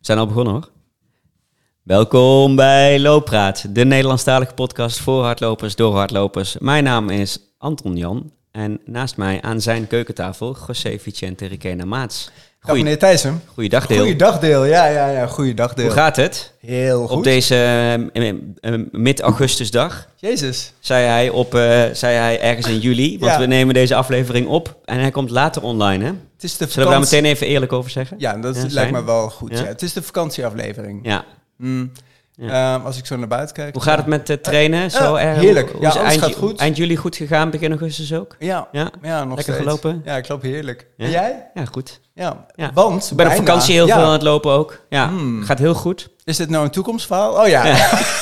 zijn al begonnen hoor. Welkom bij Looppraat, de Nederlandstalige podcast voor hardlopers, door hardlopers. Mijn naam is Anton Jan en naast mij aan zijn keukentafel José Vicente Requena Maats. Dag meneer Thijssen. Goeiedag Deel. Goeiedag Deel, ja, goeiedag Deel. Hoe gaat het? Heel goed. Op deze mid-augustusdag Jezus. zei hij ergens in juli, want we nemen deze aflevering op en hij komt later online hè? Het is de Zullen we daar meteen even eerlijk over zeggen? Ja, dat lijkt me wel goed. Ja. Het is de vakantieaflevering. Ja. Als ik zo naar buiten kijk. Hoe gaat het met trainen? Heerlijk. Hoe is alles gaat goed. Eind juli goed gegaan, begin augustus ook? Ja, nog lekker steeds. Gelopen? Ja, ik loop heerlijk. Ja? En jij? Ja, goed. Ja. Ja. Want Ik ben op vakantie heel veel aan het lopen ook. Ja, gaat heel goed. Is dit nou een toekomstverhaal? Oh ja.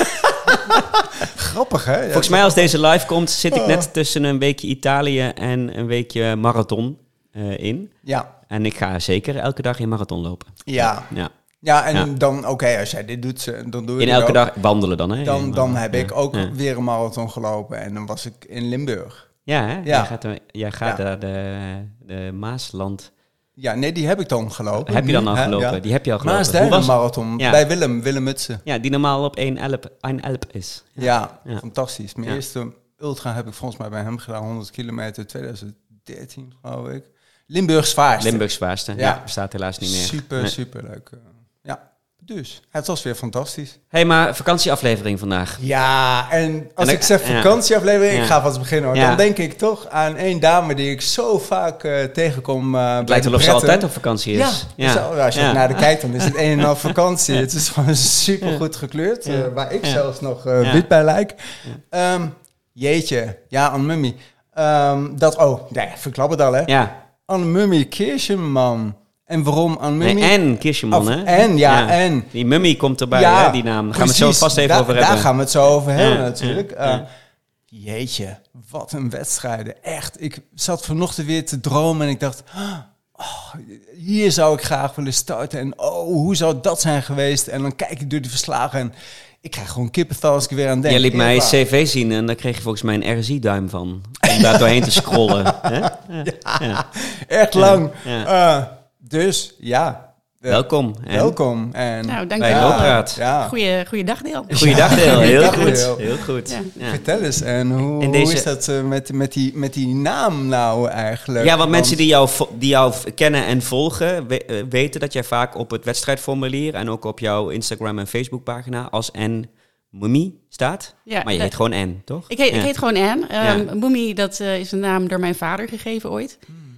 Grappig, hè? Volgens mij als deze live komt, zit ik net tussen een weekje Italië en een weekje marathon in. Ja. En ik ga zeker elke dag in marathon lopen. Ja. Ja, en dan, als jij dit doet, dan doe je in elke dag wandelen dan, hè? Dan heb ik ook weer een marathon gelopen en dan was ik in Limburg. Ja, hè? Jij gaat daar de Maasland... Ja, nee, die heb ik dan gelopen. Heb je dan al gelopen? Ja. Die heb je al gelopen. Maasduinen marathon, bij Willem Mutsen. Ja, die normaal op een Alp is. Ja, fantastisch. Mijn eerste ultra heb ik volgens mij bij hem gedaan, 100 kilometer, 2013 geloof ik. Limburgs zwaarste. Ja, bestaat helaas niet meer. Super leuk. Dus het was weer fantastisch. Hey, maar vakantieaflevering vandaag. Ja, en als ik zeg vakantieaflevering, ik ga vast beginnen hoor. Dan denk ik toch aan één dame die ik zo vaak tegenkom. Het lijkt wel of ze altijd op vakantie is. Als je naar de kijkt, dan is het een en al vakantie. Het is gewoon super goed gekleurd, waar ik zelfs nog wit bij lijk. Jeetje, Anne-Mummy. Verklap het al hè. Ja. Anne-Mummy Kirschenman. En waarom Anne-Mummy? En Kirschenman, hè? En. Die Mummy komt erbij, hè, die naam. Daar gaan we het zo vast even over hebben. Daar gaan we het zo over hebben, natuurlijk. Jeetje, wat een wedstrijden. Echt, ik zat vanochtend weer te dromen en ik dacht... hier zou ik graag willen starten. En hoe zou dat zijn geweest? En dan kijk ik door de verslagen en... Ik krijg gewoon kippenvel als ik weer aan denk. Jij liet mij cv zien en daar kreeg je volgens mij een RSI-duim van. Om daar doorheen te scrollen. Hè? Echt lang. Dus welkom. Welkom. En nou, dank bij Looppraat. Goeiedag Deel. Goeiedag Deel, heel goed. Heel goed. Ja. Vertel eens, en hoe is dat met die naam nou eigenlijk? Ja, want mensen die jou kennen en volgen, weten dat jij vaak op het wedstrijdformulier en ook op jouw Instagram en Facebookpagina als Mummy staat. Ja, maar je heet gewoon N, toch? Ik heet gewoon N. Mummy, dat is een naam door mijn vader gegeven ooit.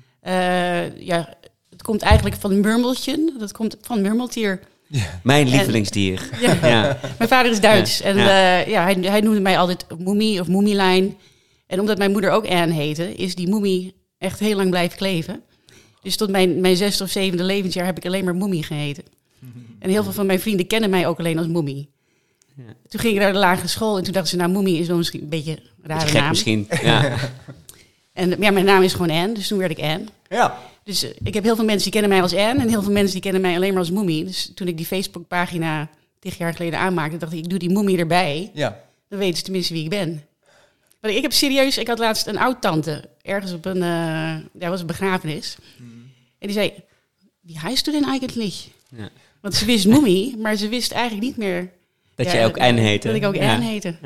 Het komt eigenlijk van Murmeltje. Dat komt van Murmeltier. Ja. Mijn lievelingsdier. Mijn vader is Duits. En hij noemde mij altijd Moemie of Moemielijn. En omdat mijn moeder ook Anne heette, is die Moemie echt heel lang blijven kleven. Dus tot mijn 6e of 7e levensjaar heb ik alleen maar Moemie geheten. En heel veel van mijn vrienden kennen mij ook alleen als Moemie. Ja. Toen ging ik naar de lagere school en toen dachten ze, nou, Moemie is wel misschien een beetje een rare naam. Misschien, ja. En mijn naam is gewoon Anne, dus toen werd ik Anne. Ja. Dus ik heb heel veel mensen die kennen mij als Anne en heel veel mensen die kennen mij alleen maar als Moemie. Dus toen ik die Facebookpagina 10 jaar geleden aanmaakte, dacht ik doe die Moemie erbij. Ja. Dan weten ze tenminste wie ik ben. Maar ik had laatst een oud-tante, ergens op was een begrafenis. En die zei, wie heist u denn eigenlijk? Ja. Want ze wist Moemie, maar ze wist eigenlijk niet meer... Dat jij ook Anne heette. Dat ik ook Anne heette,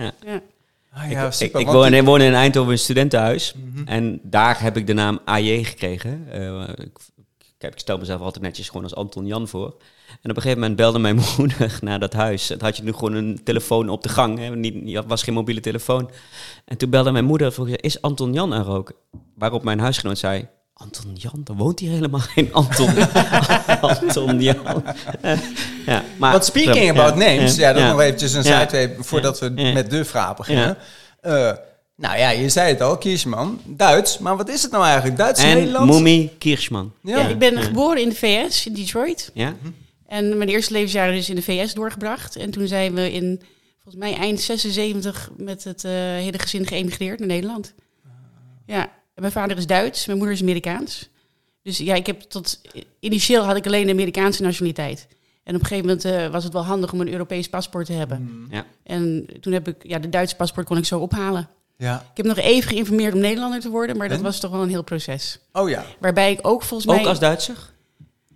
Ik woon in Eindhoven een studentenhuis. En daar heb ik de naam AJ gekregen. Ik stel mezelf altijd netjes gewoon als Anton Jan voor. En op een gegeven moment belde mijn moeder naar dat huis. Dan had je nu gewoon een telefoon op de gang. Hè? Was geen mobiele telefoon. En toen belde mijn moeder en vroeg, is Anton Jan er ook? Waarop mijn huisgenoot zei... Anton Jan, er woont hier helemaal geen Anton. Anton Jan. Maar but speaking about names, dat nog eventjes een side voordat we met de vraag beginnen. Je zei het al, Kirschman, Duits. Maar wat is het nou eigenlijk? Duits, Nederlands? Mummy Kirschman. Ja, ik ben geboren in de VS, in Detroit. Ja. En mijn eerste levensjaren dus in de VS doorgebracht. En toen zijn we in, volgens mij eind 76 met het hele gezin geëmigreerd naar Nederland. Ja. Mijn vader is Duits, mijn moeder is Amerikaans. Dus initieel had ik alleen de Amerikaanse nationaliteit. En op een gegeven moment was het wel handig om een Europees paspoort te hebben. Ja. En toen heb ik, de Duitse paspoort kon ik zo ophalen. Ja. Ik heb nog even geïnformeerd om Nederlander te worden, maar dat was toch wel een heel proces. Oh ja. Waarbij ik ook volgens mij... Ook als Duitser?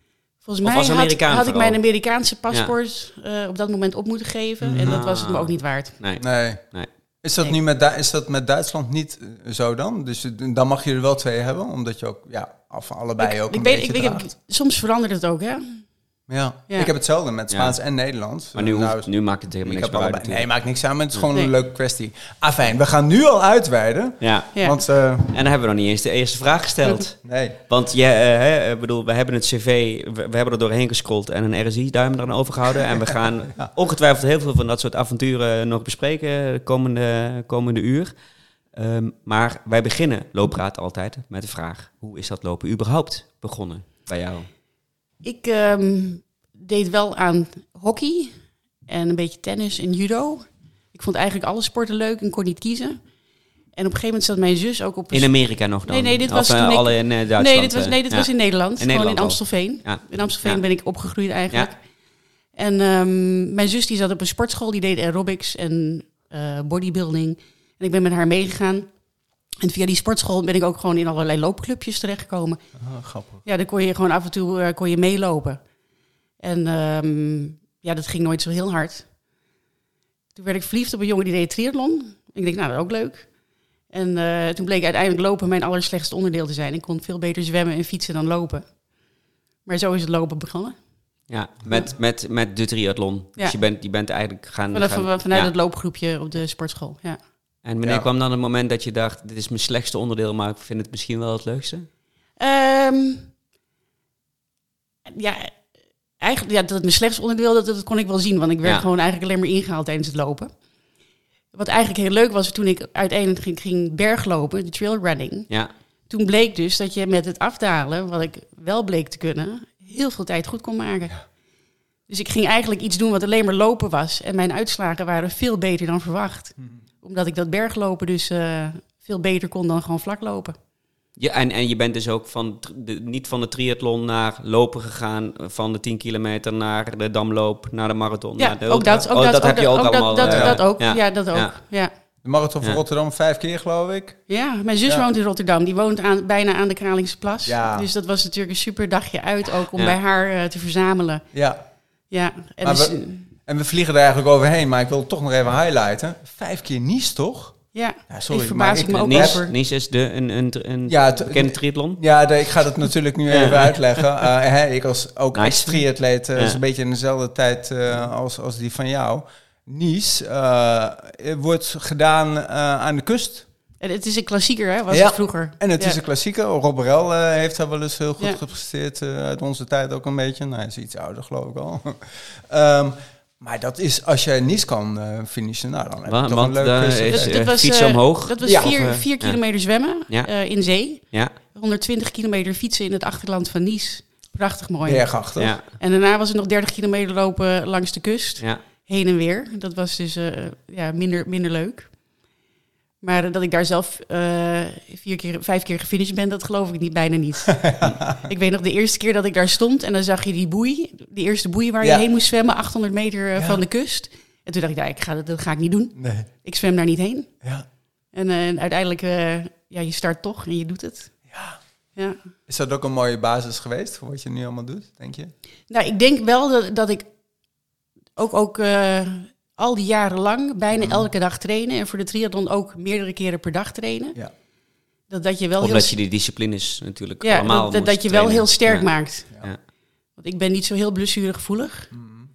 Volgens mij had ik mijn Amerikaanse paspoort op dat moment op moeten geven. En dat was het me ook niet waard. Nee. Is dat met Duitsland niet zo dan? Dus dan mag je er wel 2 hebben, omdat je ook allebei ook een beetje draagt. Soms verandert het ook, hè? Ja, ik heb hetzelfde met Spaans en Nederlands. Maar nu maakt het helemaal niks meer uit. Nee, maakt niks aan, maar het is gewoon een leuke kwestie. Fijn, we gaan nu al uitweiden. Ja. Want, en dan hebben we nog niet eens de eerste vraag gesteld. Nee. Want we hebben het cv, we hebben er doorheen gescrolld en een RSI-duim eraan overgehouden. En we gaan ongetwijfeld heel veel van dat soort avonturen nog bespreken de komende uur. Maar wij beginnen Looppraat altijd met de vraag: hoe is dat lopen überhaupt begonnen bij jou? Ik deed wel aan hockey en een beetje tennis en judo. Ik vond eigenlijk alle sporten leuk en kon niet kiezen. En op een gegeven moment zat mijn zus ook op... In Amerika nog dan? Nee, dit was toen alle in Duitsland? Nee, dit was in Nederland. Gewoon in Amstelveen. Ja. In Amstelveen ben ik opgegroeid eigenlijk. Ja. En mijn zus die zat op een sportschool, die deed aerobics en bodybuilding. En ik ben met haar meegegaan. En via die sportschool ben ik ook gewoon in allerlei loopclubjes terechtgekomen. Grappig. Ja, dan kon je gewoon af en toe meelopen. En dat ging nooit zo heel hard. Toen werd ik verliefd op een jongen die deed triathlon. Ik denk, nou, dat is ook leuk. En toen bleek uiteindelijk lopen mijn allerslechtste onderdeel te zijn. Ik kon veel beter zwemmen en fietsen dan lopen. Maar zo is het lopen begonnen. Ja, met de triathlon. Ja. Dus je bent eigenlijk vanuit het loopgroepje op de sportschool, ja. En wanneer kwam dan het moment dat je dacht, dit is mijn slechtste onderdeel, maar ik vind het misschien wel het leukste? Eigenlijk, dat het mijn slechtste onderdeel, dat kon ik wel zien. Want ik werd gewoon eigenlijk alleen maar ingehaald tijdens het lopen. Wat eigenlijk heel leuk was, toen ik uiteindelijk ging berglopen, de trailrunning. Ja. Toen bleek dus dat je met het afdalen, wat ik wel bleek te kunnen, heel veel tijd goed kon maken. Ja. Dus ik ging eigenlijk iets doen wat alleen maar lopen was. En mijn uitslagen waren veel beter dan verwacht. Omdat ik dat berglopen dus veel beter kon dan gewoon vlak lopen. Ja, en je bent dus ook niet van de triathlon naar lopen gegaan, van de 10 kilometer naar de damloop, naar de marathon. Ja, naar de ook dat heb je ook allemaal. Dat ook. Ja. De marathon van Rotterdam 5 keer, geloof ik. Ja, mijn zus woont in Rotterdam. Die woont bijna aan de Kralingse Plas. Ja. Dus dat was natuurlijk een super dagje uit ook om bij haar te verzamelen. Ja. En we vliegen er eigenlijk overheen, maar ik wil toch nog even highlighten. 5 keer Nice, toch? Ja, sorry, verbaas ik me ook over. Nice is een bekende triathlon. Ja, ik ga dat natuurlijk nu even uitleggen. Ik als triatleet is een beetje in dezelfde tijd als die van jou. Nice wordt gedaan aan de kust. En het is een klassieker, hè? Was het vroeger. En het is een klassieker. Rob Rel heeft daar wel eens heel goed gepresteerd. Uit onze tijd ook een beetje. Nou, hij is iets ouder, geloof ik al. Maar dat is, als jij Nice kan finishen, nou, dan heb je toch een leuke fietsen omhoog. Dat was 4 kilometer zwemmen in zee. Ja. 120 kilometer fietsen in het achterland van Nice. Prachtig mooi. Bergachtig. Ja. En daarna was het nog 30 kilometer lopen langs de kust. Ja. Heen en weer. Dat was dus minder leuk. Maar dat ik daar zelf 5 keer gefinished ben, dat geloof ik bijna niet. Ik weet nog de eerste keer dat ik daar stond en dan zag je die boei. Die eerste boei waar je heen moest zwemmen, 800 meter van de kust. En toen dacht ik, dat ga ik niet doen. Nee. Ik zwem daar niet heen. Ja. En uiteindelijk, je start toch en je doet het. Ja. Is dat ook een mooie basis geweest voor wat je nu allemaal doet, denk je? Nou, ik denk wel dat ik ook al die jaren lang bijna elke dag trainen. En voor de triathlon ook meerdere keren per dag trainen. Ja. Dat je wel omdat je die disciplines natuurlijk allemaal dat je wel heel sterk maakt. Ja. Want ik ben niet zo heel blessuregevoelig.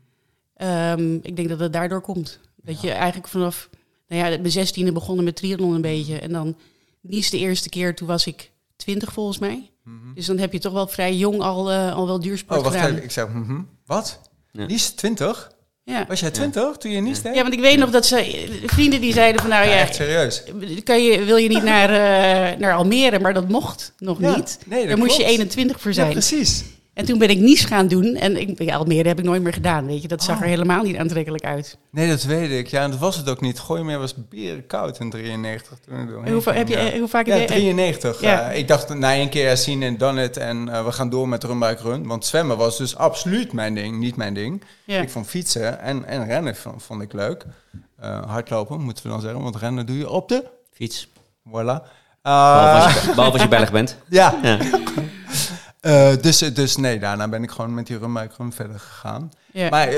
Ik denk dat het daardoor komt. Dat je eigenlijk vanaf mijn 16e begonnen met triathlon een beetje. En dan Nice de eerste keer, toen was ik 20 volgens mij. Dus dan heb je toch wel vrij jong al wel duursport gedaan. Wacht even, ik zeg, wat? Ja. Nice 20? Ja. Was jij 20 toen je Nice deed? Ja, want ik weet nog dat vrienden die zeiden van echt serieus. Wil je niet naar Almere, maar dat mocht nog niet. Nee, daar moest je 21 voor zijn. Ja, precies. En toen ben ik Nice gaan doen en Almere heb ik nooit meer gedaan, weet je. Dat zag er helemaal niet aantrekkelijk uit. Nee, dat weet ik. Ja, en dat was het ook niet. Gooimeer was berenkoud in 93. Hoe vaak heb je... 93. Ja. Ik dacht, na 1 keer zien en done it en we gaan door met run by run. Want zwemmen was dus absoluut mijn ding, niet mijn ding. Ja. Ik vond fietsen en rennen vond ik leuk. Hardlopen, moeten we dan zeggen, want rennen doe je op de... Fiets. Voilà. Behalve als je Belg bent. Ja. Dus nee, daarna ben ik gewoon met die rumbuik gewoon verder gegaan. Ja. Maar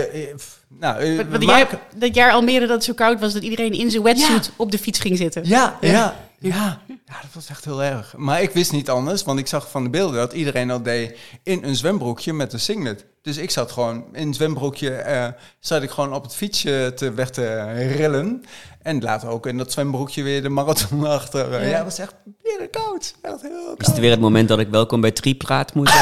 dat jaar Almere dat het zo koud was dat iedereen in zijn wetsuit op de fiets ging zitten. Ja, dat was echt heel erg. Maar ik wist niet anders, want ik zag van de beelden dat iedereen dat deed in een zwembroekje met een singlet. Dus ik zat gewoon in een zwembroekje, zat ik gewoon op het fietsje weg te rillen. En later ook in dat zwembroekje weer de marathon achter. Het was echt weer koud. Echt heel koud. Is het weer het moment dat ik welkom bij Tripraat moet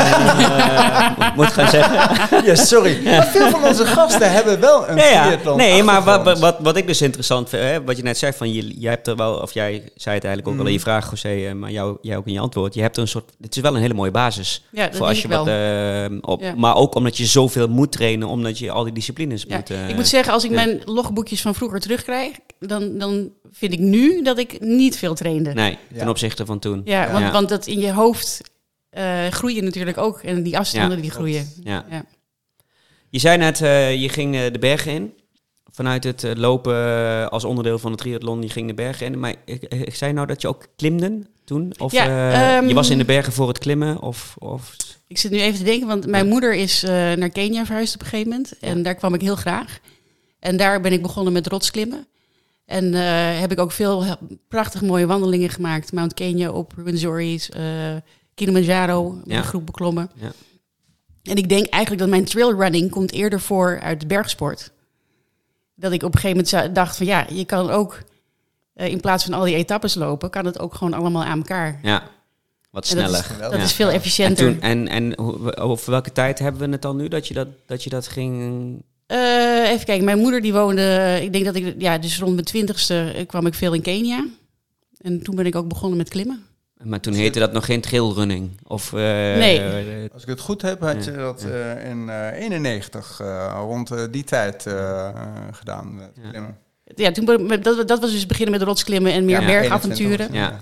gaan zeggen? Ja, sorry. Maar veel van onze gasten hebben wel een triathlon. Nee, maar wat ik dus interessant vind, wat je net zei, van jij hebt er wel, of jij zei het eigenlijk ook al in je vraag, José, maar jij ook in je antwoord. Je hebt er een soort, het is wel een hele mooie basis. Ja, dat voor als je wel. Maar ook omdat je zoveel moet trainen, omdat je al die disciplines moet... ik moet zeggen, als ik mijn logboekjes van vroeger terugkrijg, dan vind ik nu dat ik niet veel trainde. Nee, ten opzichte van toen. Ja, want dat in je hoofd groeien natuurlijk ook. En die afstanden die groeien. Ja. Je zei net, je ging de bergen in. Vanuit het lopen als onderdeel van de triathlon, je ging de bergen in. Maar ik zei nou dat je ook klimde toen? Of je was in de bergen voor het klimmen? Of... Ik zit nu even te denken, want mijn moeder is naar Kenia verhuisd op een gegeven moment. En daar kwam ik heel graag. En daar ben ik begonnen met rotsklimmen. En heb ik ook veel prachtig mooie wandelingen gemaakt. Mount Kenya op, Rwenzori's, Kilimanjaro met een groep beklommen. Ja. En ik denk eigenlijk dat mijn trailrunning komt eerder voor uit de bergsport. Dat ik op een gegeven moment dacht van je kan ook in plaats van al die etappes lopen, kan het ook gewoon allemaal aan elkaar. Ja, wat sneller. Dat is veel efficiënter. En over welke tijd hebben we het dan nu dat je dat ging... Even kijken, mijn moeder die woonde, ik denk dat ik, dus rond mijn 20ste kwam ik veel in Kenia. En toen ben ik ook begonnen met klimmen. Maar toen heette dat nog geen trailrunning? Of, nee. Als ik het goed heb, had je dat in 91, rond die tijd gedaan. Klimmen. Ja, dat was dus beginnen met rotsklimmen en meer bergavonturen. Ja.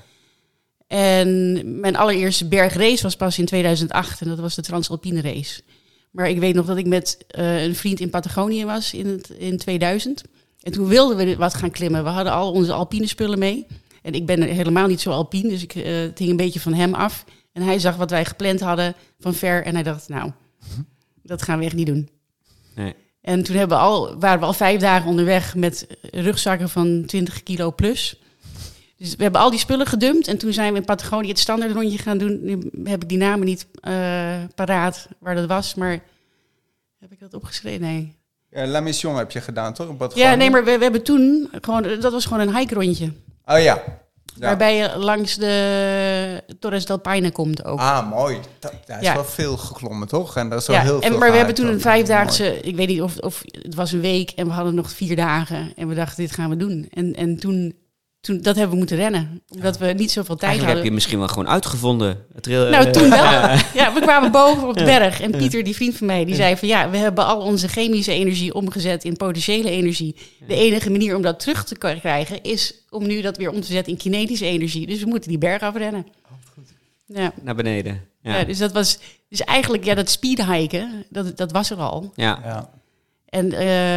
En mijn allereerste bergrace was pas in 2008 en dat was de Transalpine race. Maar ik weet nog dat ik met een vriend in Patagonië was in 2000. En toen wilden we wat gaan klimmen. We hadden al onze alpine spullen mee. En ik ben helemaal niet zo alpien, dus het hing een beetje van hem af. En hij zag wat wij gepland hadden van ver. En hij dacht, dat gaan we echt niet doen. Nee. En toen waren we al 5 dagen onderweg met rugzakken van 20 kilo plus. Dus we hebben al die spullen gedumpt. En toen zijn we in Patagonië het standaard rondje gaan doen. Nu heb ik die namen niet paraat waar dat was. Maar heb ik dat opgeschreven? Nee. Ja, La Mission heb je gedaan, toch? Ja, nee, maar we hebben toen dat was gewoon een hike rondje. Oh ja. Waarbij je langs de Torres del Paine komt ook. Ah, mooi. Daar is wel veel geklommen, toch? En dat is wel heel veel. Maar we hebben toen een 5-daagse, ik weet niet of het was een week en we hadden nog 4 dagen. En we dachten, dit gaan we doen. En toen dat hebben we moeten rennen. Omdat we niet zoveel tijd hadden. Heb je misschien wel gewoon uitgevonden. Toen wel. Ja, we kwamen boven op de berg. En Pieter, die vriend van mij, die zei van we hebben al onze chemische energie omgezet in potentiële energie. De enige manier om dat terug te krijgen is om nu dat weer om te zetten in kinetische energie. Dus we moeten die berg afrennen. Goed. Ja. Naar beneden. Ja, dus dat was dus eigenlijk dat speedhiken, dat was er al. Ja. En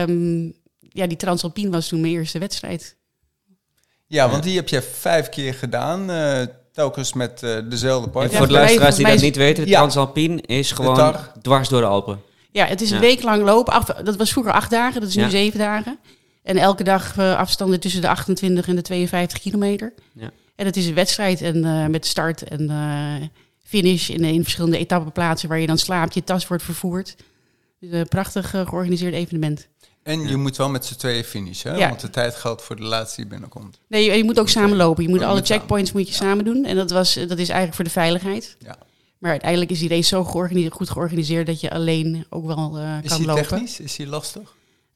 die Transalpine was toen mijn eerste wedstrijd. Ja, want die heb je 5 keer gedaan, telkens met dezelfde partner. Voor de luisteraars die dat niet weten, de Transalpine is gewoon dwars door de Alpen. Ja, het is een week lang lopen. Dat was vroeger 8 dagen, dat is nu 7 dagen. En elke dag afstanden tussen de 28 en de 52 kilometer. Ja. En het is een wedstrijd en met start en finish in verschillende etappeplaatsen waar je dan slaapt, je tas wordt vervoerd. Dus een prachtig georganiseerd evenement. En je moet wel met z'n tweeën finishen, hè? Want de tijd geldt voor de laatste die binnenkomt. Nee, je moet ook samen lopen. Je moet alle checkpoints samen doen. En dat is eigenlijk voor de veiligheid. Ja. Maar uiteindelijk is die race zo goed georganiseerd dat je alleen ook wel kan lopen. Is die technisch? Is die lastig?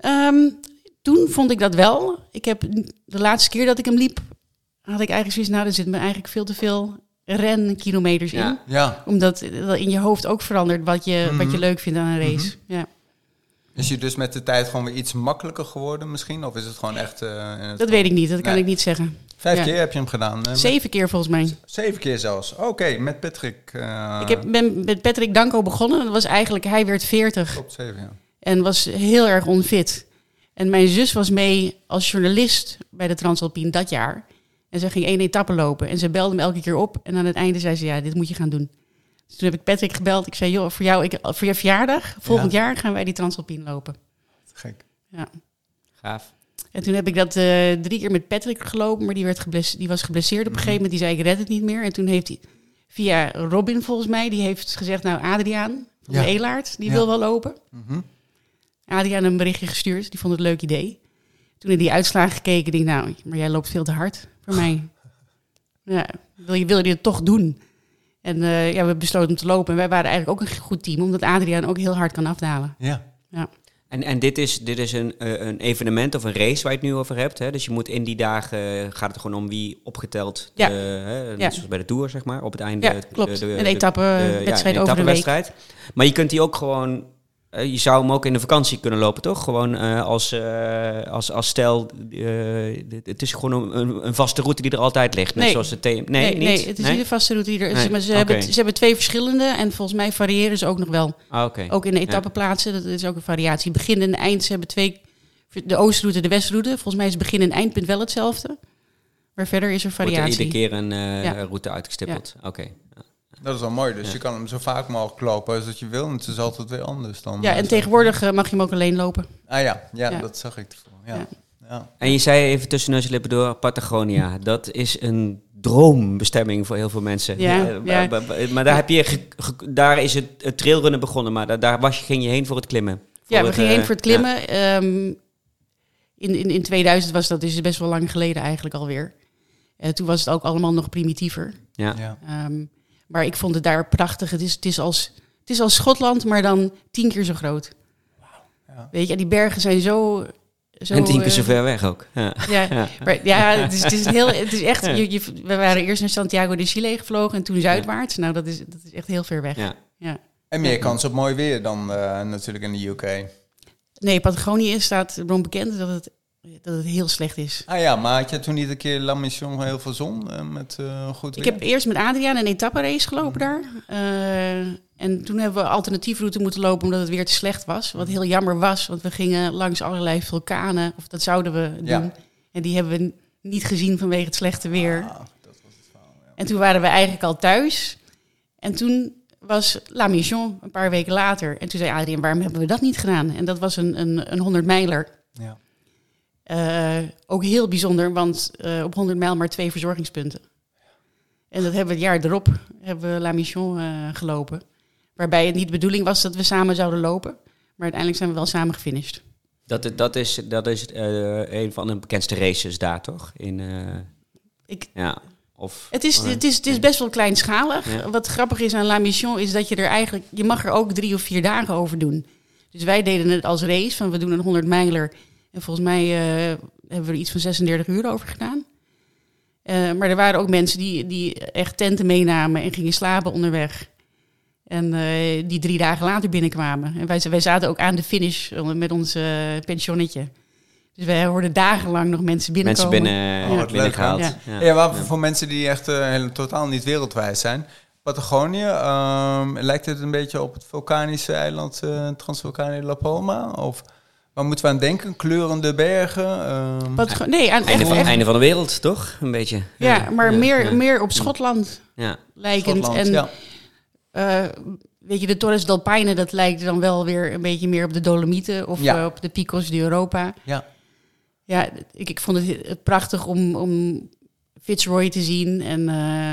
Toen vond ik dat wel. Ik heb de laatste keer dat ik hem liep, had ik eigenlijk zoiets, er zit me eigenlijk veel te veel renkilometers in. Ja. Omdat dat in je hoofd ook verandert wat je leuk vindt aan een race. Mm-hmm. Ja. Is je dus met de tijd gewoon weer iets makkelijker geworden misschien? Of is het gewoon echt... dat weet ik niet, dat kan ik niet zeggen. 5 keer heb je hem gedaan? 7 keer volgens mij. 7 keer zelfs. Oké, met Patrick. Ben met Patrick Danko begonnen. Dat was eigenlijk, hij werd 40. Top 7, ja. En was heel erg onfit. En mijn zus was mee als journalist bij de Transalpine dat jaar. En ze ging 1 etappe lopen. En ze belde me elke keer op. En aan het einde zei ze, dit moet je gaan doen. Dus toen heb ik Patrick gebeld. Ik zei, joh, voor je verjaardag, volgend jaar gaan wij die Transalpine lopen. Gek. Ja. Gaaf. En toen heb ik dat 3 keer met Patrick gelopen, maar die was geblesseerd op een gegeven moment. Die zei, ik red het niet meer. En toen heeft hij via Robin volgens mij, die heeft gezegd, nou Adriaan van de Eelaard, die wil wel lopen. Mm-hmm. Adriaan een berichtje gestuurd, die vond het een leuk idee. Toen hij die uitslagen gekeken, denk ik, nou, maar jij loopt veel te hard voor mij. Ja, wil je dit toch doen? En we besloten om te lopen. En wij waren eigenlijk ook een goed team, omdat Adriaan ook heel hard kan afdalen. Ja. En dit is een evenement of een race waar je het nu over hebt. Hè? Dus je moet in die dagen, gaat het gewoon om wie opgeteld. Net zoals bij de Tour, zeg maar. Op het einde. Ja, klopt. Een etappe-wedstrijd over de week. Maar je kunt die ook gewoon... je zou hem ook in de vakantie kunnen lopen, toch? Gewoon als stel... het is gewoon een vaste route die er altijd ligt. Net zoals het Nee, het is niet een vaste route die er is. Maar ze hebben 2 verschillende. En volgens mij variëren ze ook nog wel. Ook in de etappeplaatsen. Dat is ook een variatie. Begin en eind. Ze hebben 2... De oostroute, de westroute. Volgens mij is begin en eindpunt wel hetzelfde. Maar verder is er variatie. Wordt er iedere keer een route uitgestippeld. Ja. Oké. Dat is wel mooi, dus je kan hem zo vaak mogelijk lopen als dat je wil. En het is altijd weer anders dan... Ja, en tegenwoordig mag je hem ook alleen lopen. Ja, dat zag ik ervoor. Ja. En je zei even tussen neus en lippen door, Patagonia. Dat is een droombestemming voor heel veel mensen. Maar daar is het trailrunnen begonnen, maar ging je heen voor het klimmen. We gingen heen voor het klimmen. Ja. In 2000 was dat dus best wel lang geleden eigenlijk alweer. Toen was het ook allemaal nog primitiever. Ja. Maar ik vond het daar prachtig. Het is als Schotland, maar dan 10 keer zo groot. Wow. Ja. Weet je, en die bergen zijn zo en 10 keer zo ver weg ook. Het is echt... We waren eerst naar Santiago de Chile gevlogen en toen zuidwaarts. Nou, dat is echt heel ver weg. Ja. En meer kans op mooi weer dan natuurlijk in de UK. Nee, Patagonië staat erom bekend dat het heel slecht is. Maar had je toen niet een keer La Mission heel veel zon met goed weer? Ik heb eerst met Adriaan een etappe-race gelopen daar. En toen hebben we alternatief route moeten lopen omdat het weer te slecht was. Wat heel jammer was, want we gingen langs allerlei vulkanen. Of dat zouden we doen. En die hebben we niet gezien vanwege het slechte weer. Dat was het verhaal, En toen waren we eigenlijk al thuis. En toen was La Mission een paar weken later. En toen zei Adriaan, waarom hebben we dat niet gedaan? En dat was een 100 mijler. Ja. Ook heel bijzonder, want op 100 mijl maar 2 verzorgingspunten. En dat hebben we het jaar erop, hebben we La Mission gelopen. Waarbij het niet de bedoeling was dat we samen zouden lopen. Maar uiteindelijk zijn we wel samen gefinished. Dat is een van de bekendste races daar, toch? Het is best wel kleinschalig. Ja. Wat grappig is aan La Mission is dat je mag er ook 3 of 4 dagen over doen. Dus wij deden het als race, van we doen een 100 mijler. En volgens mij hebben we er iets van 36 uur over gedaan. Maar er waren ook mensen die echt tenten meenamen en gingen slapen onderweg. En die 3 dagen later binnenkwamen. En wij zaten ook aan de finish met ons pensionnetje. Dus wij hoorden dagenlang nog mensen binnenkomen. Binnengehaald. Voor mensen die echt totaal niet wereldwijd zijn. Patagonië, lijkt het een beetje op het vulkanische eiland Transvulcanië La Palma? Of waar moeten we aan denken? Kleurende bergen? Einde van de wereld, toch? Een beetje. Maar meer op Schotland lijkend. Weet je, de Torres del Paine, dat lijkt dan wel weer een beetje meer op de Dolomieten of op de Picos di Europa. Ja, ik vond het prachtig om Fitzroy te zien en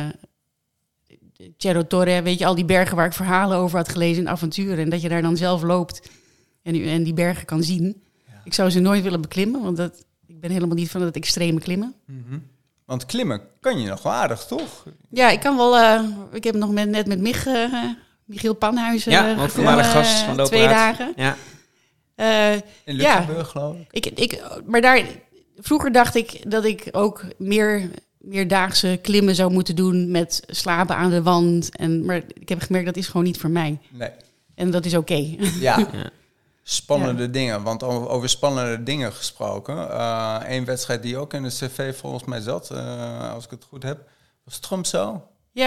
Cerro Torre, weet je, al die bergen waar ik verhalen over had gelezen in avonturen. En dat je daar dan zelf loopt en die bergen kan zien. Ja. Ik zou ze nooit willen beklimmen, want ik ben helemaal niet van het extreme klimmen. Mm-hmm. Want klimmen kan je nog wel aardig, toch? Ja, ik kan wel. Ik heb nog net met Michiel Panhuizen ook voormalig gast van de 2 dagen. Ja. In Luxemburg, geloof ik. Maar vroeger dacht ik dat ik ook meerdaagse klimmen zou moeten doen met slapen aan de wand. Maar ik heb gemerkt, dat is gewoon niet voor mij. Nee. En dat is oké. Ja. Spannende dingen. Want over spannende dingen gesproken. Eén wedstrijd die ook in de cv volgens mij zat, als ik het goed heb, was Tromsø. Ja.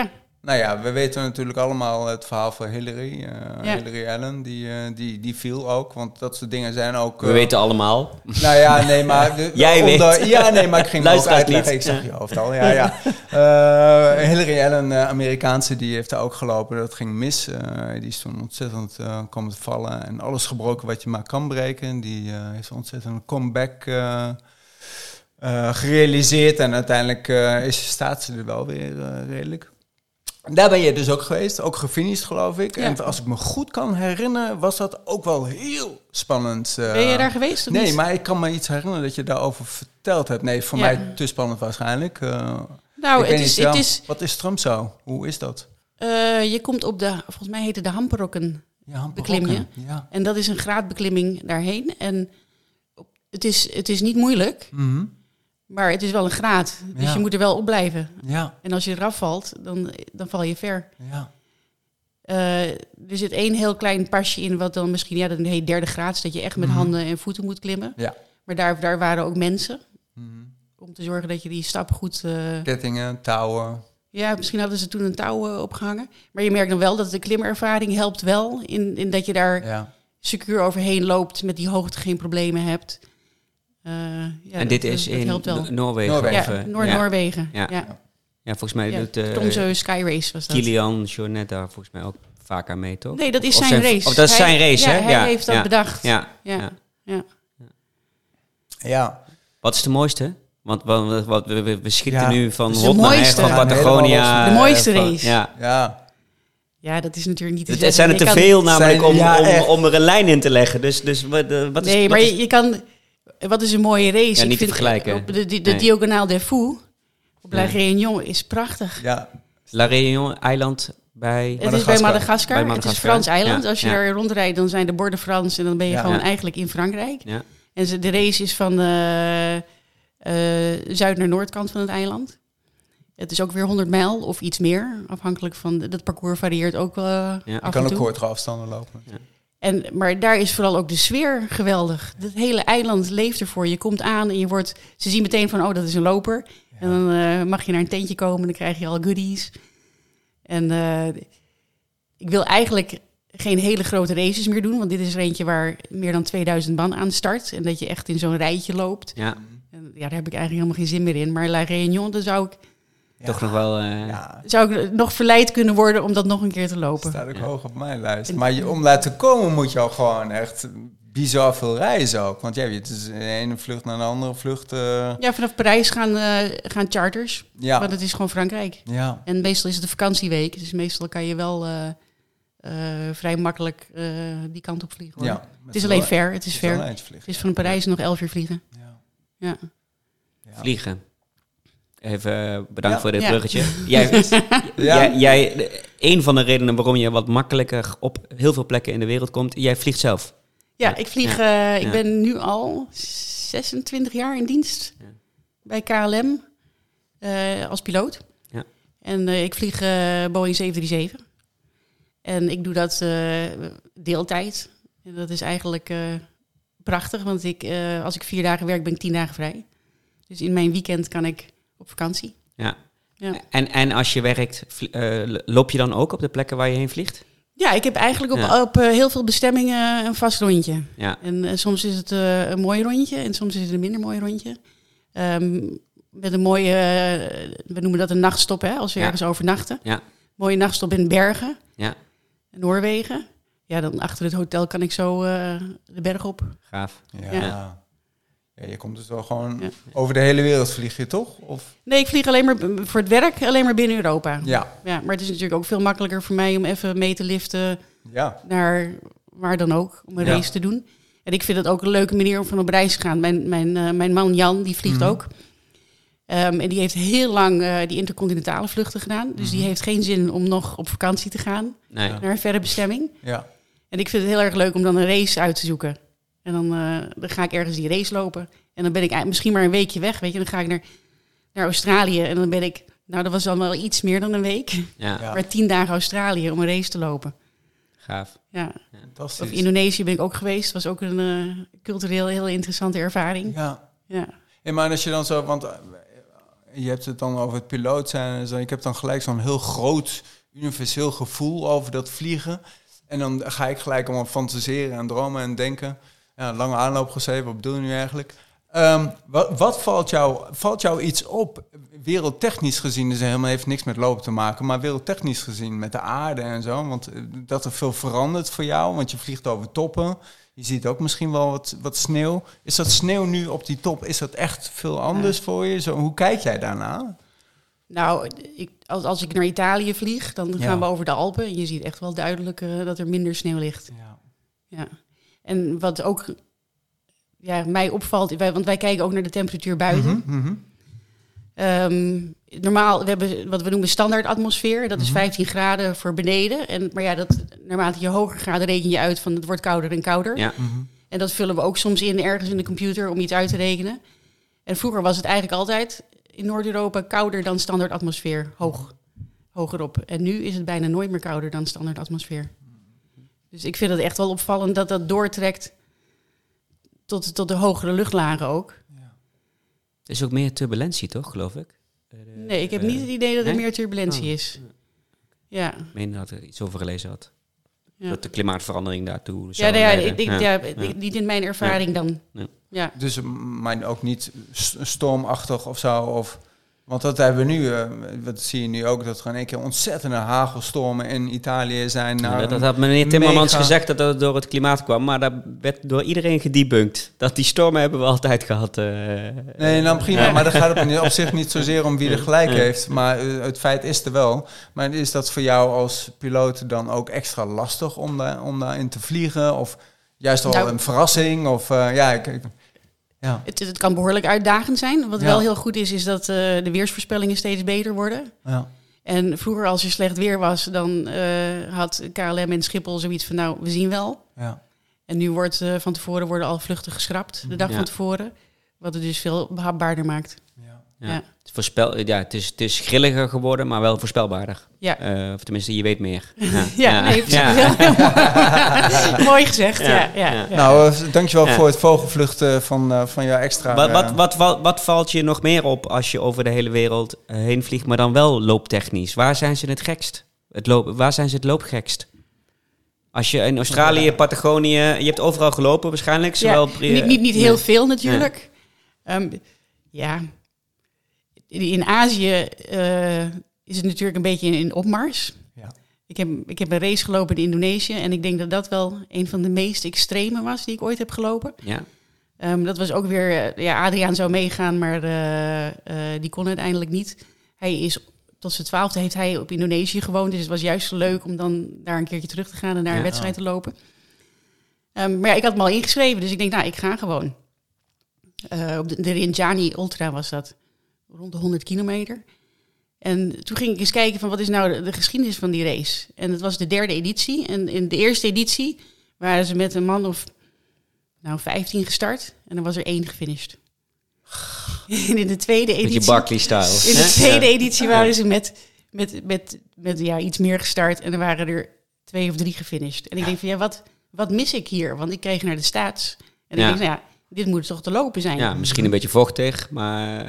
Nou ja, we weten natuurlijk allemaal het verhaal van Hillary. Hillary Allen, die viel ook. Want dat soort dingen zijn ook... we weten allemaal. Nou ja, nee, maar... Jij weet. Ja, nee, maar ik ging Luister ook uitleggen. niet. Ik zag je hoofd al. Ja. Hillary Allen, Amerikaanse, die heeft daar ook gelopen. Dat ging mis. Die is toen ontzettend komen te vallen. En alles gebroken wat je maar kan breken. Die heeft ontzettend een comeback gerealiseerd. En uiteindelijk staat ze er wel weer redelijk. Daar ben je dus ook geweest, ook gefinished geloof ik. Ja. En als ik me goed kan herinneren, was dat ook wel heel spannend. Ben je daar geweest of nee, niet? Maar ik kan me iets herinneren dat je daarover verteld hebt. Nee, voor mij te spannend waarschijnlijk. Nou, het is... Wat is Tromsø? Hoe is dat? Je komt op volgens mij heet het de Hamperokken beklim je. Ja. En dat is een graadbeklimming daarheen. En het is niet moeilijk. Mm-hmm. Maar het is wel een graad, dus je moet er wel op blijven. Ja. En als je eraf valt, dan val je ver. Ja. Er zit 1 heel klein pasje in, wat dan misschien, dat heet 3e graad, dat je echt met handen en voeten moet klimmen. Ja. Maar daar waren ook mensen, om te zorgen dat je die stap goed... Kettingen, touwen. Ja, misschien hadden ze toen een touw opgehangen. Maar je merkt dan wel dat de klimervaring helpt wel, in dat je daar secuur overheen loopt, met die hoogte geen problemen hebt. En dit is in Noorwegen? Ja, Noorwegen. Ja, volgens mij doet Tromsø Sky Race was dat. Kilian Jornet daar volgens mij ook vaak aan mee, toch? Nee, dat is zijn race. Of dat is zijn race, hè? Hij heeft dat bedacht. Ja. Wat is de mooiste? Want we schieten nu van rot naar echt, van Patagonia. De mooiste race. Ja, dat is natuurlijk niet... Het zijn er te veel namelijk om er een lijn in te leggen. Dus wat is... Nee, maar je kan... Wat is een mooie race? Ja, niet te vergelijken. De Diagonale des Fous op La Réunion is prachtig. Ja. La Réunion, eiland bij... Het is bij Madagaskar. Het is een Frans eiland. Als je daar rondrijdt, dan zijn de borden Frans en dan ben je gewoon eigenlijk in Frankrijk. Ja. En de race is van zuid naar noordkant van het eiland. Het is ook weer 100 mijl of iets meer, afhankelijk van... Dat parcours varieert ook af en toe. Je kan ook kortere afstanden lopen. Ja. Maar daar is vooral ook de sfeer geweldig. Het hele eiland leeft ervoor. Je komt aan en ze zien meteen van, dat is een loper. Ja. En dan mag je naar een tentje komen en dan krijg je al goodies. En ik wil eigenlijk geen hele grote races meer doen. Want dit is er eentje waar meer dan 2000 man aan start. En dat je echt in zo'n rijtje loopt. Ja. En daar heb ik eigenlijk helemaal geen zin meer in. Maar La Réunion, daar zou ik... Toch nog wel... Zou ik nog verleid kunnen worden om dat nog een keer te lopen. Staat ook hoog op mijn lijst. Maar om daar te komen moet je al gewoon echt bizar veel reizen ook. Want het is de ene vlucht naar de andere vlucht. Ja, vanaf Parijs gaan charters. Ja. Want het is gewoon Frankrijk. Ja. En meestal is het een vakantieweek. Dus meestal kan je wel vrij makkelijk die kant op vliegen. Hoor. Ja, het is alleen ver. Het is ver. Het is van Parijs nog 11 uur vliegen. Ja. Vliegen. Even bedankt voor dit bruggetje. Jij, een van de redenen waarom je wat makkelijker op heel veel plekken in de wereld komt, jij vliegt zelf. Ja, ik vlieg. Ik ben nu al 26 jaar in dienst bij KLM als piloot. Ja. En ik vlieg Boeing 737. En ik doe dat deeltijd. En dat is eigenlijk prachtig, want als ik 4 dagen werk, ben ik 10 dagen vrij. Dus in mijn weekend kan ik op vakantie. Ja. En als je werkt, loop je dan ook op de plekken waar je heen vliegt? Ja, ik heb eigenlijk op heel veel bestemmingen een vast rondje. Ja. En soms is het een mooi rondje en soms is het een minder mooi rondje. Met een mooie, we noemen dat een nachtstop, hè, als we ergens overnachten. Ja. Mooie nachtstop in Bergen, Noorwegen. Ja, dan achter het hotel kan ik zo de berg op. Gaaf. Ja, je komt dus wel gewoon over de hele wereld vlieg je, toch? Of? Nee, ik vlieg alleen maar voor het werk alleen maar binnen Europa. Ja, maar het is natuurlijk ook veel makkelijker voor mij om even mee te liften naar waar dan ook, om een race te doen. En ik vind het ook een leuke manier om van op reis te gaan. Mijn man Jan, die vliegt ook. En die heeft heel lang die intercontinentale vluchten gedaan. Dus die heeft geen zin om nog op vakantie te gaan naar een verre bestemming. Ja. En ik vind het heel erg leuk om dan een race uit te zoeken. En dan ga ik ergens die race lopen. En dan ben ik misschien maar een weekje weg, weet je. Dan ga ik naar Australië en dan ben ik... Nou, dat was dan wel iets meer dan een week. Ja. Maar 10 dagen Australië om een race te lopen. Gaaf. Ja. Of Indonesië ben ik ook geweest. Was ook een cultureel heel interessante ervaring. Ja. Maar als je dan zo... Want je hebt het dan over het piloot zijn en zo. Ik heb dan gelijk zo'n heel groot universeel gevoel over dat vliegen. En dan ga ik gelijk allemaal fantaseren en dromen en denken. Ja, lange aanloop geschreven, wat bedoel je nu eigenlijk? Wat valt jou iets op, wereldtechnisch gezien? Dus helemaal heeft niks met lopen te maken, maar wereldtechnisch gezien met de aarde en zo. Want dat er veel verandert voor jou, want je vliegt over toppen. Je ziet ook misschien wel wat sneeuw. Is dat sneeuw nu op die top, is dat echt veel anders voor je? Hoe kijk jij daarna? Nou, als ik naar Italië vlieg, dan gaan we over de Alpen. En je ziet echt wel duidelijk dat er minder sneeuw ligt. Ja. En wat ook mij opvalt, want wij kijken ook naar de temperatuur buiten. Normaal, we hebben wat we noemen standaard atmosfeer. Dat is 15 graden voor beneden. Maar naarmate je hoger gaat, reken je uit van het wordt kouder en kouder. Ja. En dat vullen we ook soms in ergens in de computer om iets uit te rekenen. En vroeger was het eigenlijk altijd in Noord-Europa kouder dan standaard atmosfeer, hogerop. En nu is het bijna nooit meer kouder dan standaard atmosfeer. Dus ik vind het echt wel opvallend dat dat doortrekt tot de hogere luchtlagen ook. Ja. Er is ook meer turbulentie, toch, geloof ik? Nee, ik heb niet het idee dat er meer turbulentie is. Ja. Ik meen dat er iets over gelezen had. Ja. Dat de klimaatverandering daartoe niet in mijn ervaring dan. Ja. Ja. Dus maar ook niet stormachtig of zo? Want dat hebben we nu, wat zie je nu ook, dat er in één keer ontzettende hagelstormen in Italië zijn. Dat had meneer Timmermans gezegd dat het door het klimaat kwam, maar dat werd door iedereen gedebunked. Dat die stormen hebben we altijd gehad. Nee, nou prima, maar dan gaat het op zich niet zozeer om wie er gelijk heeft. Maar het feit is er wel. Maar is dat voor jou als piloot dan ook extra lastig om daarin te vliegen? Of juist al een verrassing? Of Ja. Het kan behoorlijk uitdagend zijn. Wat wel heel goed is dat de weersvoorspellingen steeds beter worden. Ja. En vroeger als er slecht weer was, dan had KLM en Schiphol zoiets van, we zien wel. Ja. En nu van tevoren worden al vluchten geschrapt, de dag van tevoren. Wat het dus veel behapbaarder maakt. Ja. Het is grilliger geworden, maar wel voorspelbaarder. Ja. Of tenminste, je weet meer. Mooi gezegd. Ja. Nou, dankjewel voor het vogelvluchten van jouw extra... Wat valt je nog meer op als je over de hele wereld heen vliegt, maar dan wel looptechnisch? Waar zijn ze het gekst? Waar zijn ze het loopgekst? Als je in Australië, Patagonië... Je hebt overal gelopen waarschijnlijk. Zowel niet heel veel natuurlijk. In Azië is het natuurlijk een beetje in opmars. Ja. Ik heb een race gelopen in Indonesië en ik denk dat dat wel een van de meest extreme was die ik ooit heb gelopen. Ja. Dat was ook weer, Adriaan zou meegaan, maar die kon uiteindelijk niet. Hij is tot zijn 12e heeft hij op Indonesië gewoond, dus het was juist leuk om dan daar een keertje terug te gaan en daar een wedstrijd te lopen. Maar ik had me al ingeschreven, dus ik denk, ik ga gewoon. Op de Rinjani Ultra was dat. Rond de 100 kilometer. En toen ging ik eens kijken van wat is nou de geschiedenis van die race. En het was de 3e editie. En in de eerste editie waren ze met een man of 15 gestart. En dan was er 1 gefinished. En in de tweede editie... Met je Barkley-style. In de tweede editie waren ze met iets meer gestart. En er waren er 2 of 3 gefinished. En ik denk van wat mis ik hier? Want ik kreeg naar de staats. En ik denk dit moet toch te lopen zijn. Ja, misschien een beetje vochtig, maar...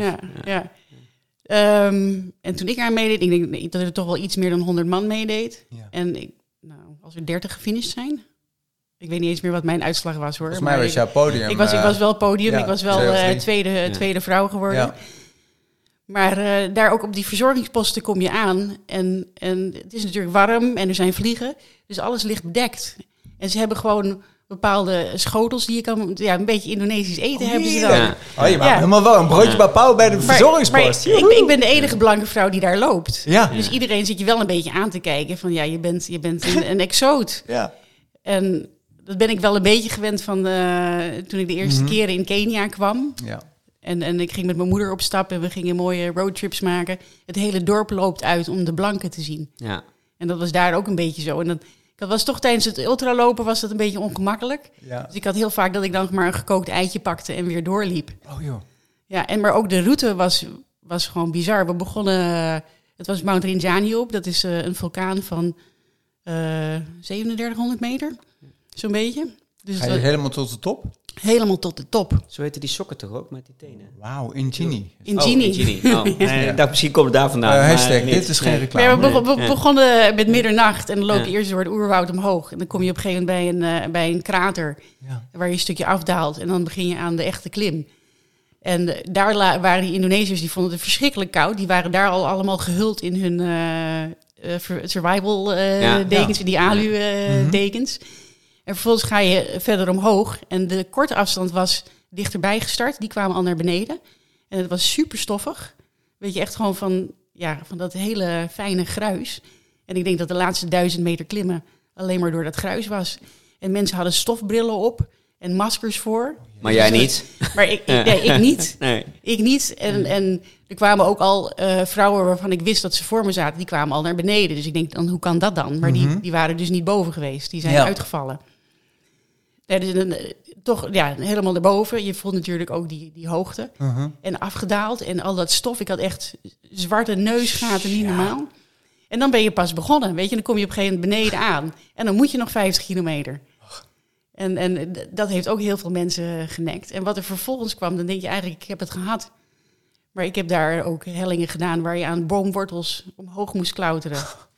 En toen ik aan meedeed, ik denk dat er toch wel iets meer dan 100 man meedeed. Ja. En als er 30 gefinished zijn... Ik weet niet eens meer wat mijn uitslag was, hoor. Volgens mij was jouw podium. Ik was wel podium, ik was wel tweede vrouw geworden. Ja. Maar daar ook op die verzorgingsposten kom je aan. En het is natuurlijk warm en er zijn vliegen. Dus alles ligt bedekt. En ze hebben gewoon... bepaalde schotels die je kan... een beetje Indonesisch eten hebben ze dan. Ja. Oh, je maakt helemaal wel een broodje bapau bij de verzorgingspost. Maar ik ben de enige blanke vrouw die daar loopt. Ja. Dus iedereen zit je wel een beetje aan te kijken van... je bent een exoot. Ja. En dat ben ik wel een beetje gewend van... toen ik de eerste keren in Kenia kwam. Ja. En ik ging met mijn moeder op stap en we gingen mooie roadtrips maken. Het hele dorp loopt uit om de blanken te zien. Ja. En dat was daar ook een beetje zo. En dat was toch tijdens het ultralopen was dat een beetje ongemakkelijk. Ja. Dus ik had heel vaak dat ik dan maar een gekookt eitje pakte en weer doorliep. Oh joh. Ja, maar ook de route was gewoon bizar. We begonnen, het was Mount Rinjani op. Dat is een vulkaan van 3700 meter, zo'n beetje. Dus ga je helemaal tot de top? Helemaal tot de top. Zo heten die sokken toch ook, met die tenen? Wauw, Ingenie. Ingenie. Oh, ik dacht, misschien komt het daar vandaan. Hashtag, dit is geen reclame. We begonnen met middernacht en dan loop je eerst door het oerwoud omhoog. En dan kom je op een gegeven moment bij een krater waar je een stukje afdaalt. En dan begin je aan de echte klim. En daar waren die Indonesiërs, die vonden het verschrikkelijk koud. Die waren daar al allemaal gehuld in hun survival dekens, die alu dekens. En vervolgens ga je verder omhoog. En de korte afstand was dichterbij gestart. Die kwamen al naar beneden. En het was super stoffig. Weet je, echt gewoon van dat hele fijne gruis. En ik denk dat de laatste 1000 meter klimmen alleen maar door dat gruis was. En mensen hadden stofbrillen op en maskers voor. Maar jij niet? Maar ik niet. Nee. Ik niet. En er kwamen ook al vrouwen waarvan ik wist dat ze voor me zaten. Die kwamen al naar beneden. Dus ik denk, dan, hoe kan dat dan? Maar die waren dus niet boven geweest. Die zijn uitgevallen. Ja, dus toch helemaal erboven. Je voelt natuurlijk ook die hoogte. En afgedaald en al dat stof. Ik had echt zwarte neusgaten, niet normaal. En dan ben je pas begonnen. Weet je, dan kom je op een gegeven moment beneden aan. En dan moet je nog 50 kilometer. En dat heeft ook heel veel mensen genekt. En wat er vervolgens kwam, dan denk je eigenlijk, ik heb het gehad. Maar ik heb daar ook hellingen gedaan waar je aan boomwortels omhoog moest klauteren.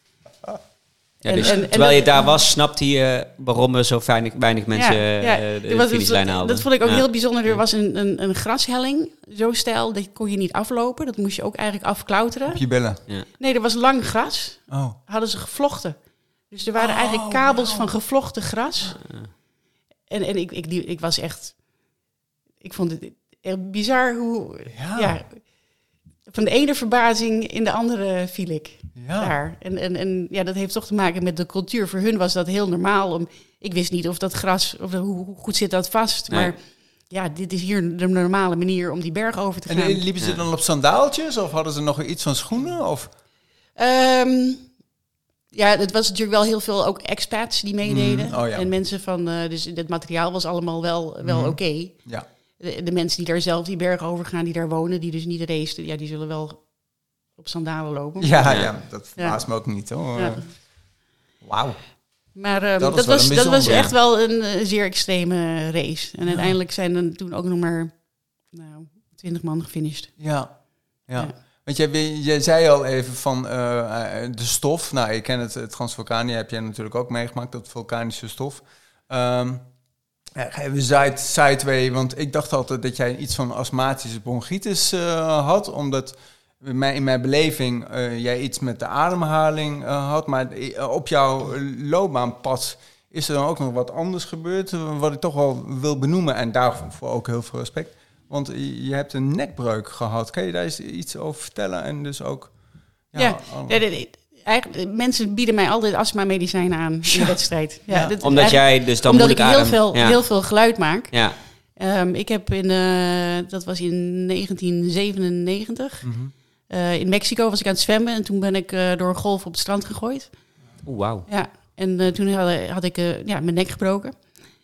Ja, dus terwijl je daar was, snapte je waarom er zo weinig mensen de finishlijn haalden. Dat vond ik ook heel bijzonder. Er was een grashelling, zo steil, dat kon je niet aflopen. Dat moest je ook eigenlijk afklauteren. Op je billen? Ja. Nee, er was lang gras. Hadden ze gevlochten. Dus er waren eigenlijk kabels van gevlochten gras. En ik was echt... Ik vond het echt bizar hoe... Van de ene verbazing in de andere viel ik daar. En dat heeft toch te maken met de cultuur. Voor hun was dat heel normaal. Ik wist niet of dat gras, hoe goed zit dat vast. Nee. Maar dit is hier de normale manier om die berg over te gaan. En liepen ze dan op sandaaltjes? Of hadden ze nog iets van schoenen? Of? Het was natuurlijk wel heel veel ook expats die meededen. En mensen van... dus het materiaal was allemaal wel oké. Ja. De mensen die daar zelf die bergen over gaan, die daar wonen, die dus niet racen, die zullen wel op sandalen lopen. Ja, dat verbaast me ook niet, hoor. Ja. Wauw. Maar dat was echt wel een zeer extreme race. En uiteindelijk zijn er toen ook nog maar 20 man gefinished. Ja. Want jij zei al even van de stof. Nou, je kent het Transvulcanië, heb jij natuurlijk ook meegemaakt, dat vulkanische stof. Even sideway, want ik dacht altijd dat jij iets van astmatische bronchitis had, omdat in mijn beleving jij iets met de ademhaling had, maar op jouw loopbaanpad is er dan ook nog wat anders gebeurd, wat ik toch wel wil benoemen en daarvoor ook heel veel respect. Want je hebt een nekbreuk gehad. Kan je daar eens iets over vertellen? En dus ook... Eigenlijk, mensen bieden mij altijd astma-medicijnen aan in de wedstrijd. Omdat jij dus dan moeilijk heel veel geluid maak. Ja. Ik heb dat was in 1997. In Mexico was ik aan het zwemmen. En toen ben ik door een golf op het strand gegooid. Wauw. Ja, en toen had ik mijn nek gebroken.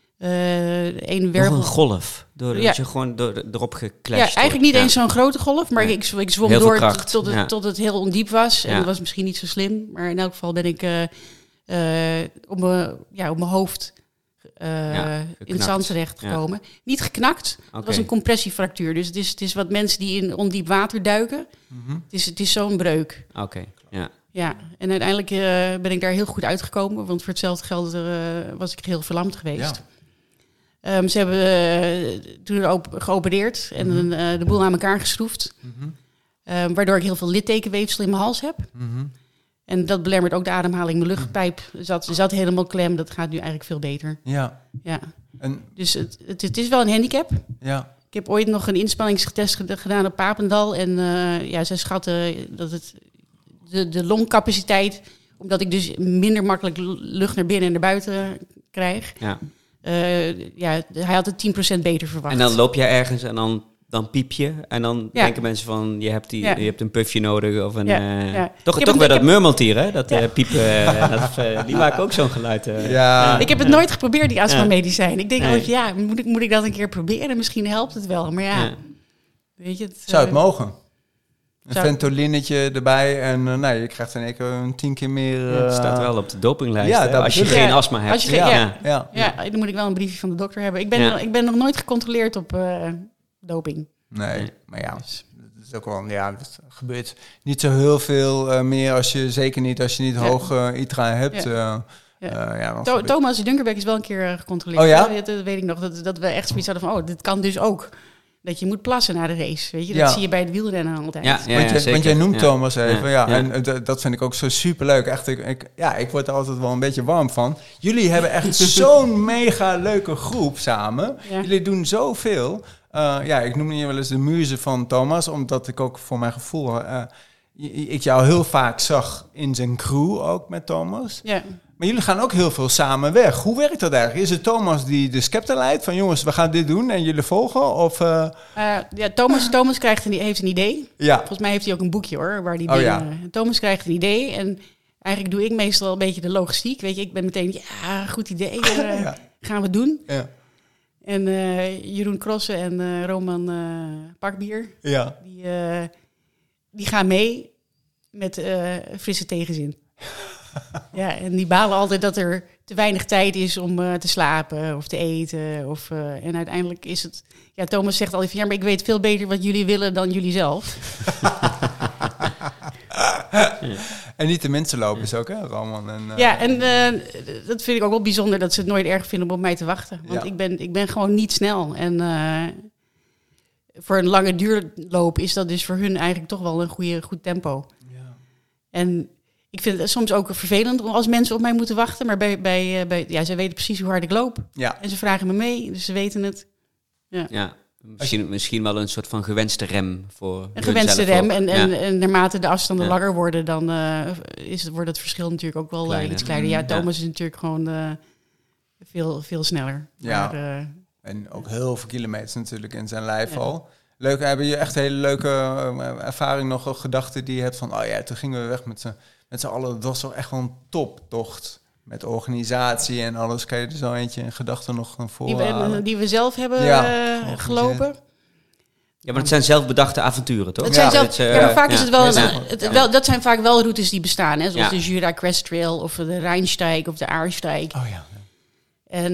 Nog een golf? Dat je gewoon erop geclashed. Ja, eigenlijk niet eens zo'n grote golf, maar ik zwom door tot het heel ondiep was. En dat was misschien niet zo slim, maar in elk geval ben ik op mijn hoofd in het zand terecht gekomen. Niet geknakt, het was een compressiefractuur. Dus het is wat mensen die in ondiep water duiken. Het is zo'n breuk. Oké. Ja, en uiteindelijk ben ik daar heel goed uitgekomen, want voor hetzelfde geld was ik heel verlamd geweest. Ze hebben toen geopereerd en de boel aan elkaar geschroefd. Waardoor ik heel veel littekenweefsel in mijn hals heb. En dat belemmert ook de ademhaling. Mijn luchtpijp zat helemaal klem. Dat gaat nu eigenlijk veel beter. Ja. En dus het is wel een handicap. Ja. Ik heb ooit nog een inspanningstest gedaan op Papendal. En zij schatten dat het de longcapaciteit, omdat ik dus minder makkelijk lucht naar binnen en naar buiten krijg. Ja. Hij had het 10% beter verwacht. En dan loop je ergens en dan piep je. En dan denken mensen van, je hebt een puffje nodig. Of een, Toch weer dat murmeltier, hè? Dat piep, die maken ook zo'n geluid. Ik heb het nooit geprobeerd, die astma-medicijn. Ik denk altijd, moet ik dat een keer proberen? Misschien helpt het wel. Maar weet je... Zou het mogen? Een Ventolinetje erbij en je krijgt in één keer 10 keer meer... Het staat wel op de dopinglijst, als je geen astma hebt. Dan moet ik wel een briefje van de dokter hebben. Ik ben nog nooit gecontroleerd op doping. Nee, maar ja, dat is ook wel... Ja, het gebeurt niet zo heel veel meer zeker niet als je niet hoog ITRA hebt. Thomas Dunkerbeck is wel een keer gecontroleerd. Oh ja? Dat weet ik nog, dat we echt zoiets hadden van... dit kan dus ook. Dat je moet plassen na de race, weet je. Dat zie je bij het wielrennen altijd. Want jij noemt Thomas even, en dat vind ik ook zo superleuk. Echt, ik word er altijd wel een beetje warm van. Jullie hebben echt zo'n mega leuke groep samen. Ja. Jullie doen zoveel. Ik noem je wel eens de muze van Thomas, omdat ik ook voor mijn gevoel... ik jou heel vaak zag in zijn crew ook met Thomas. Ja. Maar jullie gaan ook heel veel samen weg. Hoe werkt dat eigenlijk? Is het Thomas die de scepter leidt? Van jongens, we gaan dit doen en jullie volgen? Of, Thomas heeft een idee. Ja. Volgens mij heeft hij ook een boekje hoor. Waar die Thomas krijgt een idee. En eigenlijk doe ik meestal een beetje de logistiek. Weet je, ik ben meteen, goed idee. Gaan we doen. Ja. En Jeroen Crossen en Roman Pakbier. Ja. Die gaan mee met frisse tegenzin. Ja, en die balen altijd dat er te weinig tijd is om te slapen of te eten. En uiteindelijk is het... Ja, Thomas zegt altijd van... maar ik weet veel beter wat jullie willen dan jullie zelf. En niet de mensen lopen is ook, hè, Roman? En dat vind ik ook wel bijzonder... dat ze het nooit erg vinden om op mij te wachten. Want ik ben gewoon niet snel. En voor een lange duurloop is dat dus voor hun eigenlijk toch wel een goed tempo. Ja. En... ik vind het soms ook vervelend als mensen op mij moeten wachten. Maar zij weten precies hoe hard ik loop. Ja. En ze vragen me mee, dus ze weten het. Ja, misschien wel een soort van gewenste rem voor een gewenste rem. En naarmate de afstanden langer worden, dan wordt het verschil natuurlijk ook wel iets kleiner. Ja, Thomas is natuurlijk gewoon veel sneller. Ja, maar, en ook heel veel kilometers natuurlijk in zijn lijf al. Leuk, hebben je echt hele leuke ervaring nog, gedachten die je hebt van... toen gingen we weg met z'n allen. Dat was toch echt wel een toptocht. Met organisatie en alles. Kan je er zo eentje in gedachten nog voor die we zelf hebben gelopen? Ja, maar het zijn zelfbedachte avonturen, toch? Maar vaak is het wel... dat zijn vaak wel routes die bestaan. Hè? Zoals de Jura Crest Trail of de Rijnsteig of de Aarsteig. Oh ja. En...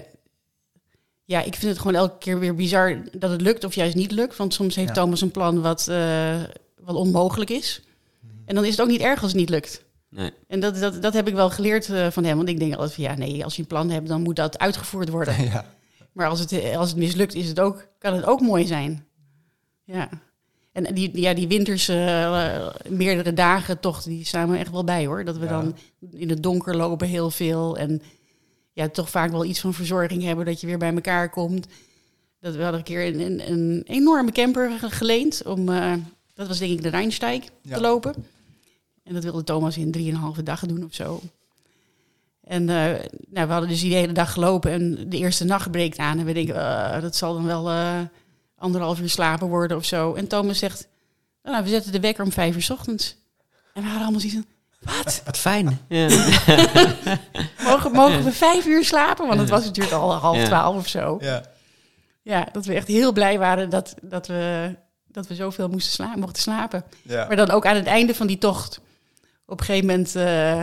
ik vind het gewoon elke keer weer bizar dat het lukt of juist niet lukt. Want soms heeft Thomas een plan wat onmogelijk is. En dan is het ook niet erg als het niet lukt. Nee. En dat heb ik wel geleerd van hem. Want ik denk altijd van als je een plan hebt, dan moet dat uitgevoerd worden. Ja. Maar als het mislukt, kan het ook mooi zijn. Ja. En die winters meerdere dagen toch, die staan me echt wel bij hoor. Dat we dan in het donker lopen heel veel en... toch vaak wel iets van verzorging hebben dat je weer bij elkaar komt. Dat we hadden een keer een enorme camper geleend om, dat was denk ik de Rijnsteig, te lopen. En dat wilde Thomas in 3,5 dagen doen of zo. En we hadden dus die hele dag gelopen en de eerste nacht breekt aan. En we denken, dat zal dan wel 1,5 uur slapen worden of zo. En Thomas zegt, we zetten de wekker om 5 uur 's ochtends. En we hadden allemaal zoiets van, wat fijn. Ja. Mogen we 5 uur slapen? Want het was natuurlijk al 11:30 of zo. Ja, dat we echt heel blij waren dat we zoveel mochten slapen. Ja. Maar dan ook aan het einde van die tocht. Op een gegeven moment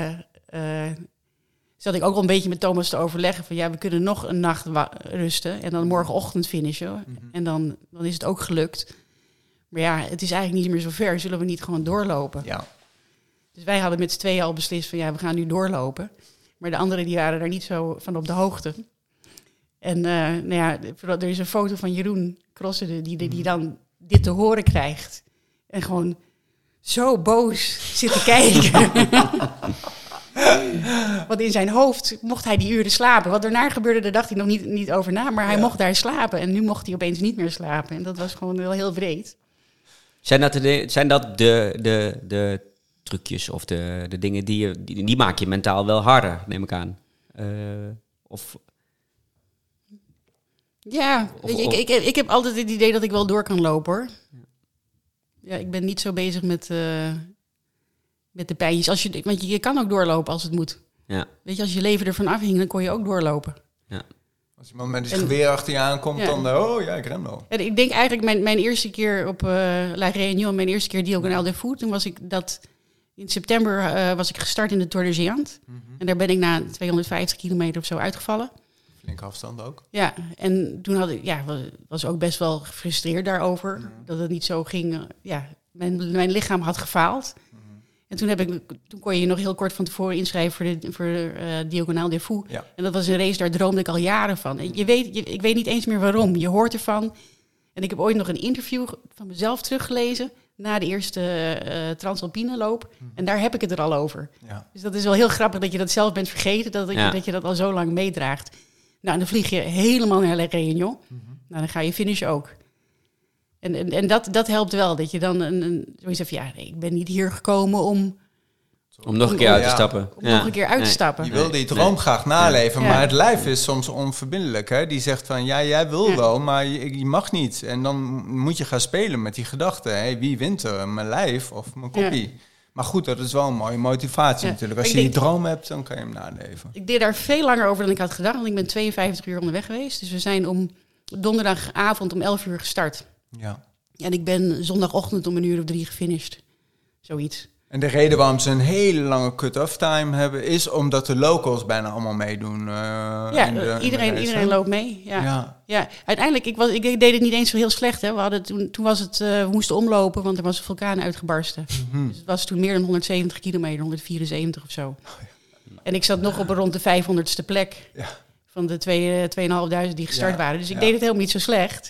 zat ik ook al een beetje met Thomas te overleggen. Van we kunnen nog een nacht rusten. En dan morgenochtend finishen. Mm-hmm. En dan is het ook gelukt. Maar het is eigenlijk niet meer zo ver. Zullen we niet gewoon doorlopen? Ja. Dus wij hadden met z'n tweeën al beslist van we gaan nu doorlopen. Maar de anderen die waren daar niet zo van op de hoogte. En er is een foto van Jeroen Crossen die dan dit te horen krijgt. En gewoon zo boos zit te kijken. Want in zijn hoofd mocht hij die uren slapen. Wat daarna gebeurde, daar dacht hij nog niet over na. Maar hij mocht daar slapen. En nu mocht hij opeens niet meer slapen. En dat was gewoon wel heel vreed. Zijn dat de trucjes of de dingen die maak je mentaal wel harder, neem ik aan? Ik heb altijd het idee dat ik wel door kan lopen, hoor. Ja, ik ben niet zo bezig met de pijntjes. Want je kan ook doorlopen als het moet. Ja. Weet je, als je leven ervan afhing, dan kon je ook doorlopen. Ja. Als iemand met een geweer achter je aankomt, dan... ik ren wel. En ik denk eigenlijk mijn eerste keer op La Réunion... mijn eerste keer Diagonale des Fous... toen was ik in september was ik gestart in de Tour de Géant. Mm-hmm. En daar ben ik na 250 kilometer of zo uitgevallen. Flinke afstand ook. Ja, en toen was ook best wel gefrustreerd daarover. Mm-hmm. Dat het niet zo ging. Mijn lichaam had gefaald. Mm-hmm. En toen kon je nog heel kort van tevoren inschrijven voor Diagonale des Fous. Ja. En dat was een race, daar droomde ik al jaren van. En ik weet niet eens meer waarom. Je hoort ervan. En ik heb ooit nog een interview van mezelf teruggelezen... na de eerste Transalpine loop. Mm-hmm. En daar heb ik het er al over. Ja. Dus dat is wel heel grappig dat je dat zelf bent vergeten... dat je dat al zo lang meedraagt. Nou, en dan vlieg je helemaal naar La Réunion. Mm-hmm. Nou, dan ga je finishen ook. En dat helpt wel. Dat je dan zoiets hebt van... ik ben niet hier gekomen om nog een keer uit te stappen. Om nog een keer uit te stappen. Je wil die droom graag naleven, maar het lijf is soms onverbindelijk. Hè? Die zegt van, jij wil wel, maar je mag niet. En dan moet je gaan spelen met die gedachten. Hey, wie wint er? Mijn lijf of mijn koppie? Ja. Maar goed, dat is wel een mooie motivatie natuurlijk. Als je die droom hebt, dan kan je hem naleven. Ik deed daar veel langer over dan ik had gedacht. Want ik ben 52 uur onderweg geweest. Dus we zijn om donderdagavond om 11 uur gestart. Ja. En ik ben zondagochtend om 1:03 gefinished. Zoiets. En de reden waarom ze een hele lange cut-off time hebben... is omdat de locals bijna allemaal meedoen. Iedereen loopt mee. Ja. Uiteindelijk, ik deed het niet eens zo heel slecht. Hè. Toen was het, we moesten omlopen, want er was een vulkaan uitgebarsten. Mm-hmm. Dus het was toen meer dan 170 kilometer, 174 of zo. Oh, ja. En ik zat nog op rond de 500ste plek... van de 2.500 die gestart waren. Dus ik deed het helemaal niet zo slecht.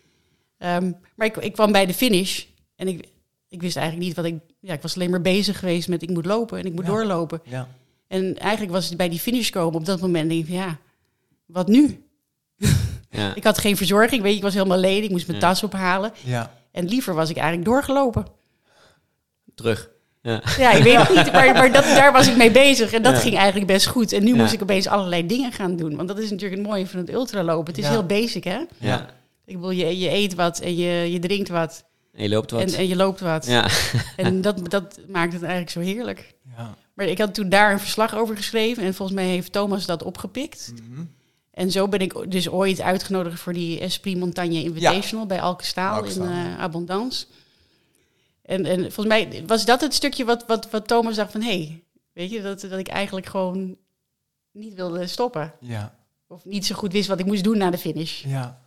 Maar ik kwam bij de finish en ik wist eigenlijk niet wat ik was alleen maar bezig geweest met ik moet lopen en ik moet doorlopen. Ja. En eigenlijk was het bij die finish komen op dat moment denk ik van wat nu? Ja. Ik had geen verzorging, ik was helemaal ledig, ik moest mijn tas ophalen. Ja. En liever was ik eigenlijk doorgelopen. Terug. Ja, ik weet het niet, maar daar was ik mee bezig en dat ging eigenlijk best goed. En nu moest ik opeens allerlei dingen gaan doen, want dat is natuurlijk het mooie van het ultralopen. Het is heel basic, hè? Ja. Ik bedoel, je eet wat en je drinkt wat. En je loopt wat. En je loopt wat. Ja. En dat maakt het eigenlijk zo heerlijk. Ja. Maar ik had toen daar een verslag over geschreven. En volgens mij heeft Thomas dat opgepikt. Mm-hmm. En zo ben ik dus ooit uitgenodigd voor die Esprit Montagne Invitational bij Alkestaal in Abondance. En volgens mij was dat het stukje wat Thomas dacht van... weet je, dat ik eigenlijk gewoon niet wilde stoppen. Ja. Of niet zo goed wist wat ik moest doen na de finish. Ja.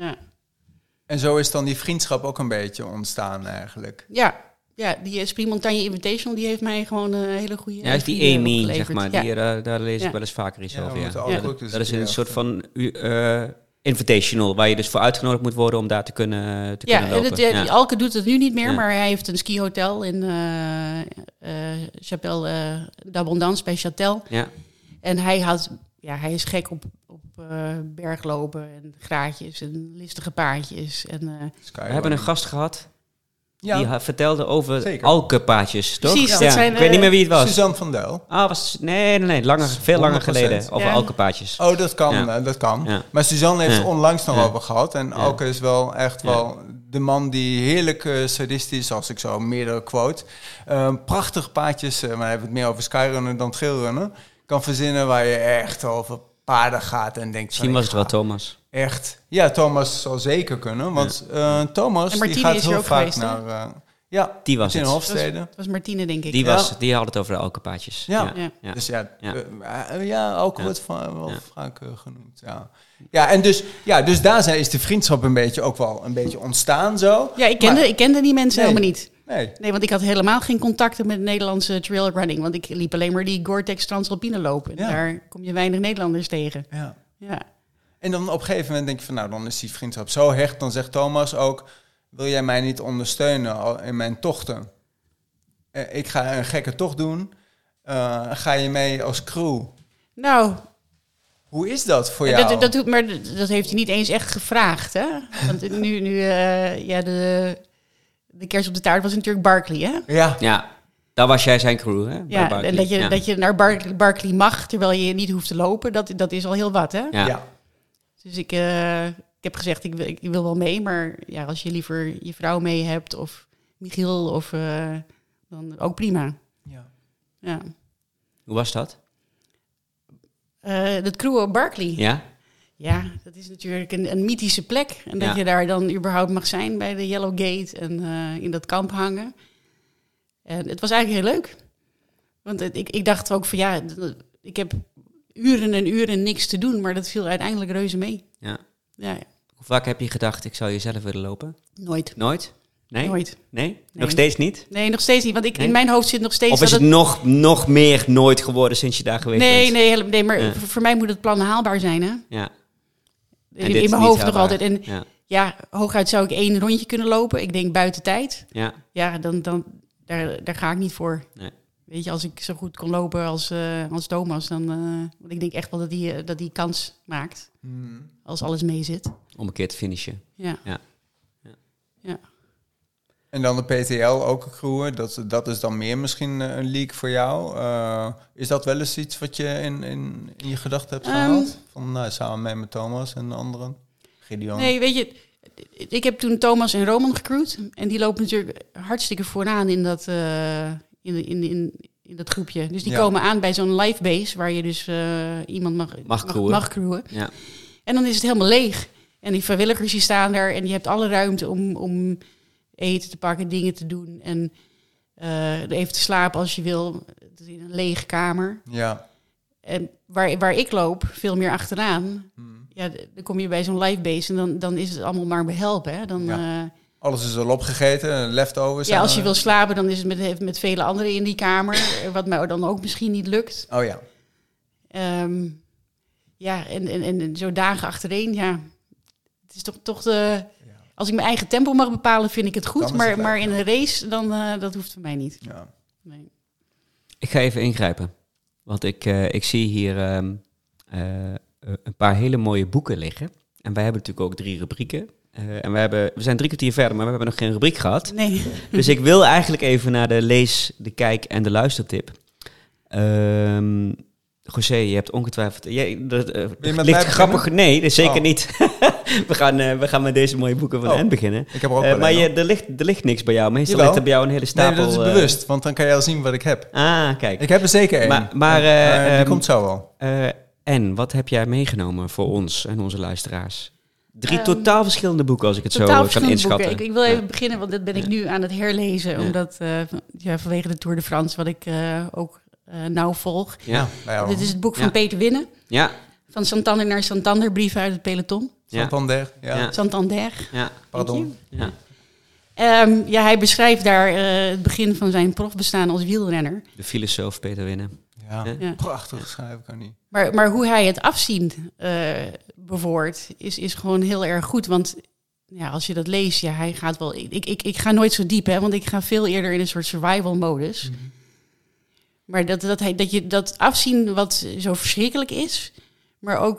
En zo is dan die vriendschap ook een beetje ontstaan eigenlijk. Ja, die Esprit Montagne Invitational, die heeft mij gewoon een hele goede... Ja, is die Amy, zeg maar. Daar lees ik wel eens vaker iets over. Dat is een soort van invitational, waar je dus voor uitgenodigd moet worden om daar te kunnen lopen. Alke doet het nu niet meer, maar hij heeft een skihotel in Chapelle d'Abondance bij Châtel. Ja. En hij is gek op berglopen en graatjes en listige paardjes. We hebben een gast gehad die vertelde over alkepaadjes, toch? Precies, ik weet niet meer wie het was. Suzanne van Del. Nee, veel langer geleden over alkepaadjes. Oh, dat kan, dat kan. Ja. Maar Suzanne heeft het onlangs nog over gehad. En Alke is wel echt wel de man die heerlijk sadistisch, als ik zo meerdere quote, prachtige paadjes, maar dan hebben we het meer over skyrunnen dan trailrunnen, kan verzinnen waar je echt over paarden gaat en denkt... Misschien was het wel Thomas. Echt. Ja, Thomas zal zeker kunnen. Want Thomas die gaat heel vaak geweest, naar... die was in Hofstede. Dat was Martine, denk ik. Die had het over de alkepaadjes. Ja. Dus Alke wordt wel vaak genoemd. Ja, en dus daar is de vriendschap ook wel een beetje ontstaan zo. Ja, ik kende die mensen helemaal niet. Nee, want ik had helemaal geen contacten met Nederlandse trailrunning. Want ik liep alleen maar die Gore-Tex Transalpine lopen. En daar kom je weinig Nederlanders tegen. Ja. En dan op een gegeven moment denk je van... dan is die vriendschap zo hecht. Dan zegt Thomas ook... wil jij mij niet ondersteunen in mijn tochten? Ik ga een gekke tocht doen. Ga je mee als crew? Nou... Hoe is dat voor jou? Dat heeft hij niet eens echt gevraagd, hè? Want de kerst op de taart was natuurlijk Barkley, hè? Ja, daar was jij zijn crew, hè? Ja, en dat je naar Barkley mag, terwijl je niet hoeft te lopen, dat is al heel wat, hè? Ja. Dus ik heb gezegd, ik wil wel mee, maar als je liever je vrouw mee hebt, of Michiel, of dan ook prima. Ja. Hoe was dat? Dat crew op Barkley. Ja? Ja, dat is natuurlijk een mythische plek. En dat je daar dan überhaupt mag zijn bij de Yellow Gate en in dat kamp hangen. En het was eigenlijk heel leuk. Want ik dacht ook van ik heb uren en uren niks te doen, maar dat viel uiteindelijk reuze mee. Ja. Ja. Hoe vaak heb je gedacht, ik zou jezelf willen lopen? Nooit. Nooit? Nee? Nooit. Nee? Nog steeds niet? Nee, nog steeds niet. Want in mijn hoofd zit nog steeds... Of is het nog meer nooit geworden sinds je daar geweest bent? Nee, maar voor mij moet het plan haalbaar zijn, hè? Ja. In mijn hoofd nog altijd. En hooguit zou ik 1 rondje kunnen lopen. Ik denk buiten tijd. Ja. Ja, daar ga ik niet voor. Nee. Weet je, als ik zo goed kon lopen als Thomas, dan... want ik denk echt wel dat die kans maakt. Als alles mee zit. Om een keer te finishen. Ja. En dan de PTL ook accruën, dat is dan meer misschien een leak voor jou. Is dat wel eens iets wat je in je gedachten hebt gehad? Van samen met Thomas en anderen? Gideon? Nee, weet je, ik heb toen Thomas en Roman gecrewd. En die lopen natuurlijk hartstikke vooraan in dat, in dat groepje. Dus die komen aan bij zo'n live base, waar je dus iemand mag crewen. Ja. En dan is het helemaal leeg. En die vrijwilligers die staan daar en je hebt alle ruimte om eten te pakken, dingen te doen en even te slapen als je wil. Het is in een lege kamer. Ja. En waar ik loop, veel meer achteraan, dan kom je bij zo'n live base en dan is het allemaal maar behelpen. Hè? Dan, alles is al opgegeten, leftovers. Ja, als je wil slapen, dan is het met vele anderen in die kamer, wat mij dan ook misschien niet lukt. Oh ja. En zo dagen achtereen, het is toch de... Als ik mijn eigen tempo mag bepalen, vind ik het goed. Maar in een race, dan dat hoeft voor mij niet. Ja. Nee. Ik ga even ingrijpen. Want ik zie hier een paar hele mooie boeken liggen. En wij hebben natuurlijk ook 3 rubrieken. En we zijn 3 kwartier verder, maar we hebben nog geen rubriek gehad. Nee. Dus ik wil eigenlijk even naar de lees, de kijk en de luistertip. José, je hebt ongetwijfeld... ligt grappig... Nee, dat zeker niet. we gaan met deze mooie boeken van Anne beginnen. Ik heb er ook maar er ligt niks bij jou. Meestal ligt er bij jou een hele stapel... Nee, dat is bewust, want dan kan je al zien wat ik heb. Ah, kijk. Ik heb er zeker 1. Maar die komt zo wel. En wat heb jij meegenomen voor ons en onze luisteraars? 3 totaal verschillende boeken, als ik het zo kan inschatten. Ik wil even beginnen, want dat ben ik nu aan het herlezen. Omdat vanwege de Tour de France, wat ik ook nauw volg. Ja. Dit is het boek van Peter Winnen. Ja. Van Santander naar Santander, brieven uit het peloton. Santander, ja. Santander. Ja. Pardon. Ja. Hij beschrijft daar het begin van zijn profbestaan als wielrenner. De filosoof Peter Winnen. Ja. Prachtig geschreven, kan niet. Maar hoe hij het afzien bewoordt, is gewoon heel erg goed. Want als je dat leest, hij gaat wel... Ik ga nooit zo diep, hè, want ik ga veel eerder in een soort survival-modus. Mm-hmm. Maar dat je dat afzien wat zo verschrikkelijk is, maar ook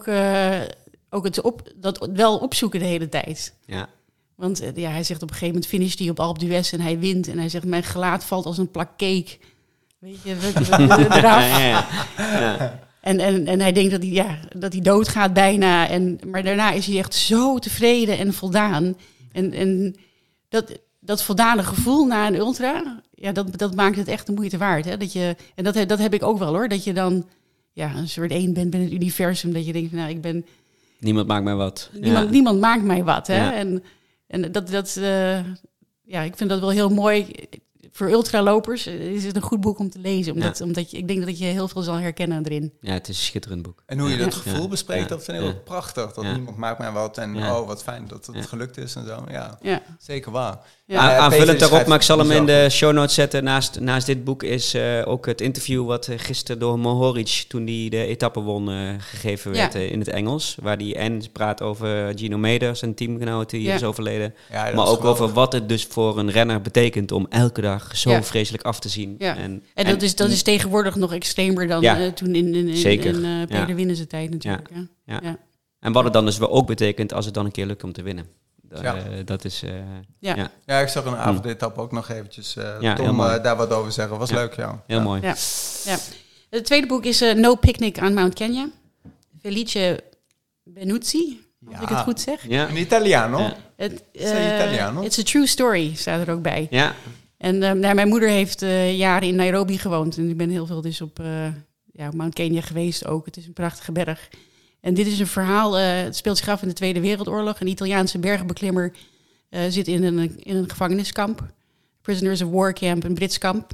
dat wel opzoeken de hele tijd. Ja. Want hij zegt op een gegeven moment finisht hij op Alpe d'Huez en hij wint. En hij zegt, mijn gelaat valt als een plak cake. Weet je, eraf. Ja. En hij denkt dat hij doodgaat bijna. Maar daarna is hij echt zo tevreden en voldaan. En dat voldane gevoel na een ultra, dat maakt het echt de moeite waard. Hè? Dat heb ik ook wel hoor. Dat je dan een soort één bent binnen het universum. Dat je denkt, ik ben... Niemand maakt mij wat. Niemand maakt mij wat. Hè? Ja. En ik vind dat wel heel mooi. Voor ultralopers is het een goed boek om te lezen. Omdat ik denk dat je heel veel zal herkennen erin. Ja, het is een schitterend boek. En hoe je dat gevoel bespreekt, dat vind ik ook prachtig. Dat niemand maakt mij wat. En wat fijn dat het gelukt is en zo. Ja. Zeker waar. Ja. Aanvullend daarop, maar ik zal hem in de show notes zetten. Naast dit boek is ook het interview wat gisteren door Mohoric, toen hij de etappe won, gegeven werd in het Engels. Waar hij praat over Gino Meder, zijn teamgenoot die is overleden. Ja, maar ook over wat het dus voor een renner betekent om elke dag zo vreselijk af te zien. Ja. En dat is tegenwoordig nog extremer dan toen in Peter Winnen zijn tijd natuurlijk. Ja. En wat het dan dus wel ook betekent als het dan een keer lukt om te winnen. Dat is... Ja, ik zag een avondetappe ook nog eventjes Tom daar wat over zeggen. Was leuk, Heel mooi. Ja. Het tweede boek is No Picnic on Mount Kenya. Felice Benuzzi, als ik het goed zeg. Ja. In Italiano. Italiano. It's a true story, staat er ook bij. Ja. En mijn moeder heeft jaren in Nairobi gewoond. En ik ben heel veel dus op Mount Kenya geweest ook. Het is een prachtige berg. En dit is een verhaal, het speelt zich af in de Tweede Wereldoorlog. Een Italiaanse bergbeklimmer zit in een gevangeniskamp. Prisoners of War camp, een Brits kamp.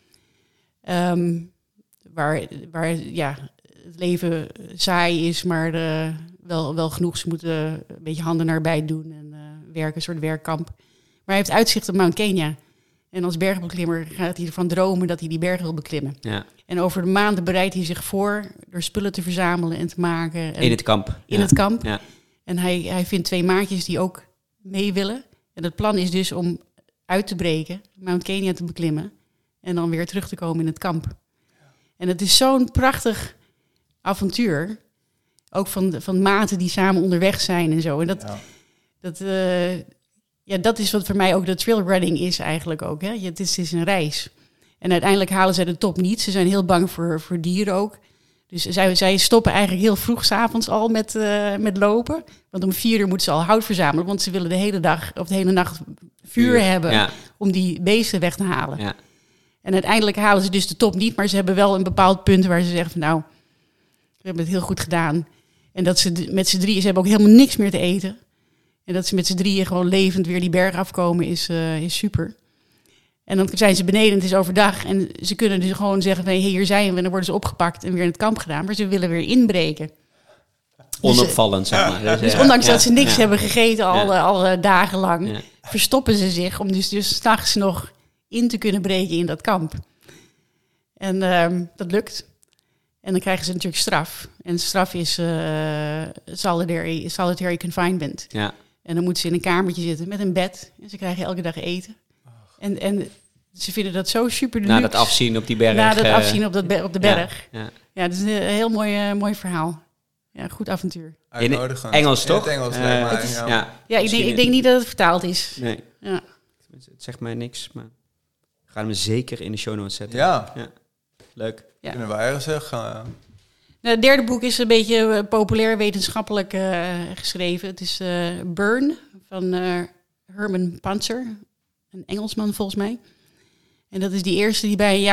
Waar het leven saai is, maar wel genoeg. Ze moeten een beetje handen naar bij doen en werken, een soort werkkamp. Maar hij heeft uitzicht op Mount Kenya. En als bergbeklimmer gaat hij ervan dromen dat hij die berg wil beklimmen. Ja. En over de maanden bereidt hij zich voor door spullen te verzamelen en te maken. En in het kamp. In het kamp. Ja. En hij vindt 2 maatjes die ook mee willen. En het plan is dus om uit te breken, Mount Kenya te beklimmen en dan weer terug te komen in het kamp. En het is zo'n prachtig avontuur. Ook van maten die samen onderweg zijn en zo. En dat is wat voor mij ook de trailrunning is eigenlijk ook. Hè? Het is een reis. En uiteindelijk halen zij de top niet. Ze zijn heel bang voor dieren ook. Dus zij stoppen eigenlijk heel vroeg 's avonds al met lopen. Want om 4 uur moeten ze al hout verzamelen. Want ze willen de hele dag of de hele nacht vuur hebben om die beesten weg te halen. Ja. En uiteindelijk halen ze dus de top niet. Maar ze hebben wel een bepaald punt waar ze zeggen van nou, we hebben het heel goed gedaan. En dat ze met z'n drieën, ze hebben ook helemaal niks meer te eten. En dat ze met z'n drieën gewoon levend weer die berg afkomen is super. En dan zijn ze beneden, het is overdag. En ze kunnen dus gewoon zeggen van, hey, hier zijn we. En dan worden ze opgepakt en weer in het kamp gedaan. Maar ze willen weer inbreken. Onopvallend, zeg maar. Dus ondanks dat ze niks hebben gegeten al dagenlang, verstoppen ze zich om dus 's nachts nog in te kunnen breken in dat kamp. En dat lukt. En dan krijgen ze natuurlijk straf. En de straf is solitary confinement. Ja. En dan moeten ze in een kamertje zitten met een bed. En ze krijgen elke dag eten. En ze vinden dat zo super de luxe. Na dat afzien op die berg. Na dat afzien op de berg. Ja, het is een heel mooi verhaal. Ja, goed avontuur. In Engels, toch? In het Engels, ik denk niet dat het vertaald is. Nee. Ja. Het zegt mij niks, maar we gaan hem zeker in de show notes zetten. Ja. Leuk. Ja. Kunnen wij ergens zeggen. Het derde boek is een beetje populair wetenschappelijk geschreven. Het is Burn van Herman Panzer. Een Engelsman volgens mij. En dat is die eerste die bij een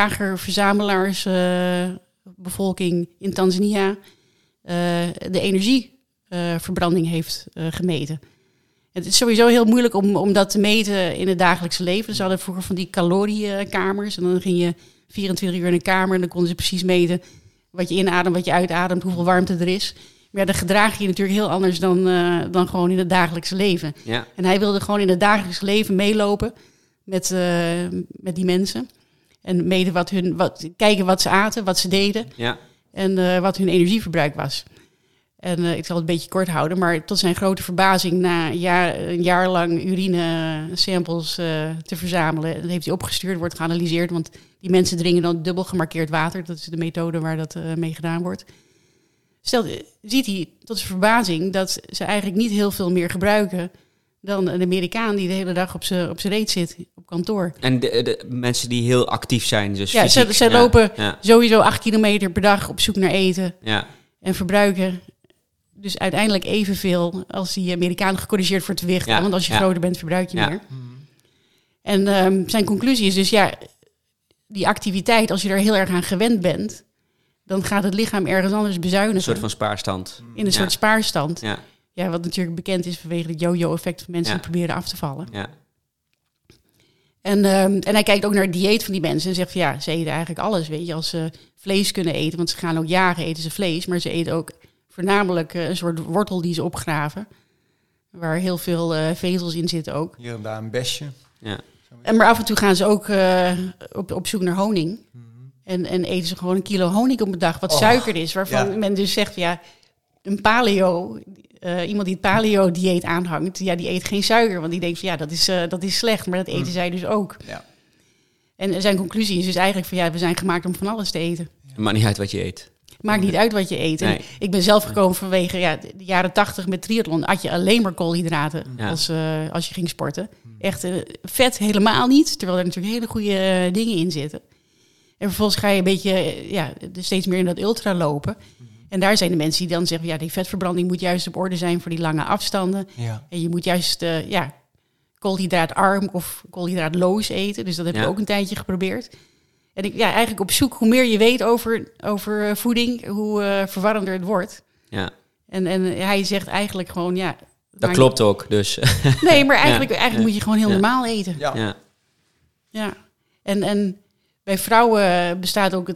jager-verzamelaars-bevolking in Tanzania de energieverbranding heeft gemeten. Het is sowieso heel moeilijk om dat te meten in het dagelijkse leven. Ze hadden vroeger van die caloriekamers. En dan ging je 24 uur in een kamer en dan konden ze precies meten wat je inademt, wat je uitademt, hoeveel warmte er is. Maar ja, dan gedraag je je natuurlijk heel anders dan gewoon in het dagelijkse leven. Ja. En hij wilde gewoon in het dagelijkse leven meelopen met die mensen. En meten kijken wat ze aten, wat ze deden. Ja. En wat hun energieverbruik was. En ik zal het een beetje kort houden, maar tot zijn grote verbazing na een jaar lang urine-samples te verzamelen. Dat heeft hij opgestuurd, wordt geanalyseerd, want die mensen drinken dan dubbel gemarkeerd water. Dat is de methode waar dat mee gedaan wordt. Ziet hij tot zijn verbazing dat ze eigenlijk niet heel veel meer gebruiken dan een Amerikaan die de hele dag op zijn reet zit op kantoor. En de mensen die heel actief zijn, dus ja, fysiek. Ze lopen sowieso 8 kilometer per dag op zoek naar eten en verbruiken dus uiteindelijk evenveel als die Amerikaan gecorrigeerd voor het gewicht. Ja, want als je groter bent, verbruik je meer. En zijn conclusie is dus, die activiteit, als je er heel erg aan gewend bent, dan gaat het lichaam ergens anders bezuinigen. Een soort van spaarstand. In een soort spaarstand. Ja, wat natuurlijk bekend is vanwege het yo-yo-effect van mensen die proberen af te vallen. Ja. En hij kijkt ook naar het dieet van die mensen en zegt van ze eten eigenlijk alles. Weet je, als ze vlees kunnen eten, want ze gaan ook jagen, eten ze vlees, maar ze eten ook voornamelijk een soort wortel die ze opgraven. Waar heel veel vezels in zitten ook. Hier en daar een besje. Ja. Maar af en toe gaan ze ook op zoek naar honing. Mm-hmm. En eten ze gewoon 1 kilo honing op een dag. Wat suiker is. Waarvan men dus zegt, een paleo, iemand die het paleo-dieet aanhangt, die eet geen suiker. Want die denkt van dat is slecht. Maar dat eten zij dus ook. Ja. En zijn conclusie is dus eigenlijk van we zijn gemaakt om van alles te eten. Het maakt niet uit wat je eet. Maakt niet uit wat je eet. Nee. Ik ben zelf gekomen vanwege de jaren 80 met triathlon. Had je alleen maar koolhydraten als je ging sporten. Echt vet helemaal niet. Terwijl er natuurlijk hele goede dingen in zitten. En vervolgens ga je een beetje steeds meer in dat ultra lopen. En daar zijn de mensen die dan zeggen, die vetverbranding moet juist op orde zijn voor die lange afstanden. Ja. En je moet juist koolhydraatarm of koolhydraatloos eten. Dus dat heb ik ook een tijdje geprobeerd. En ik eigenlijk op zoek, hoe meer je weet over voeding, hoe verwarrender het wordt. Ja. En hij zegt eigenlijk gewoon, ja... Dat klopt ook, dus... Nee, maar eigenlijk moet je gewoon heel normaal eten. Ja. En bij vrouwen bestaat ook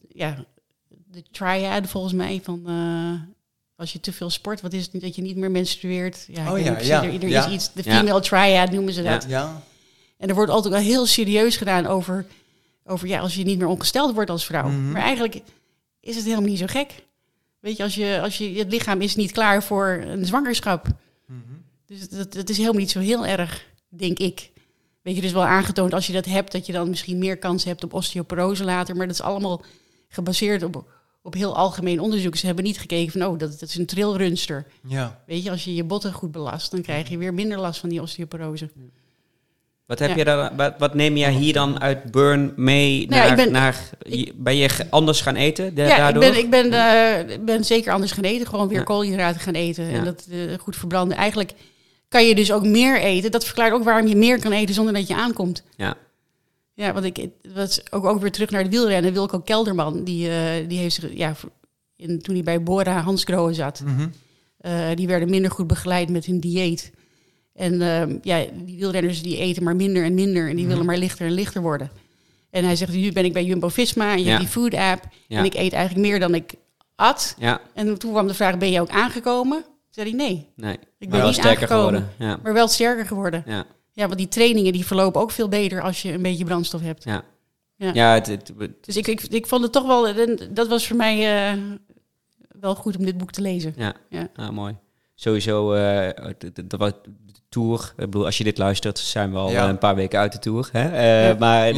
de triad volgens mij van... als je te veel sport, wat is het dat je niet meer menstrueert? Er is iets, de female triad noemen ze dat. Ja. En er wordt altijd wel heel serieus gedaan over als je niet meer ongesteld wordt als vrouw. Mm-hmm. Maar eigenlijk is het helemaal niet zo gek. Weet je, als je het lichaam is niet klaar voor een zwangerschap. Mm-hmm. Dus dat is helemaal niet zo heel erg, denk ik. Weet je, dus wel aangetoond als je dat hebt, dat je dan misschien meer kans hebt op osteoporose later. Maar dat is allemaal gebaseerd op heel algemeen onderzoek. Ze hebben niet gekeken van, dat is een trailrunster. Ja. Weet je, als je je botten goed belast, dan krijg je weer minder last van die osteoporose. Wat heb je daar? Wat neem jij hier dan uit Burn mee ben je anders gaan eten daardoor? Ik ben zeker anders gaan eten. Gewoon weer koolhydraten gaan eten en dat goed verbranden. Eigenlijk kan je dus ook meer eten. Dat verklaart ook waarom je meer kan eten zonder dat je aankomt. Ja, want was ook weer terug naar de wielrennen. Wilco Kelderman, die heeft zich, toen hij bij Bora Hansgrohe zat, die werden minder goed begeleid met hun dieet. En die wielrenners die eten maar minder en minder en die willen maar lichter en lichter worden. En hij zegt, nu ben ik bij Jumbo-Visma en je hebt die food app en ik eet eigenlijk meer dan ik at. Ja. En toen kwam de vraag, ben je ook aangekomen? Toen zei hij, nee. Ik ben niet aangekomen, maar wel sterker geworden. Ja, want die trainingen die verlopen ook veel beter als je een beetje brandstof hebt. Dus ik vond het toch wel... Dat was voor mij wel goed om dit boek te lezen. Ja. Mooi. Sowieso, de Tour... Ik bedoel, als je dit luistert, zijn we al een paar weken uit de Tour. Hè? Maar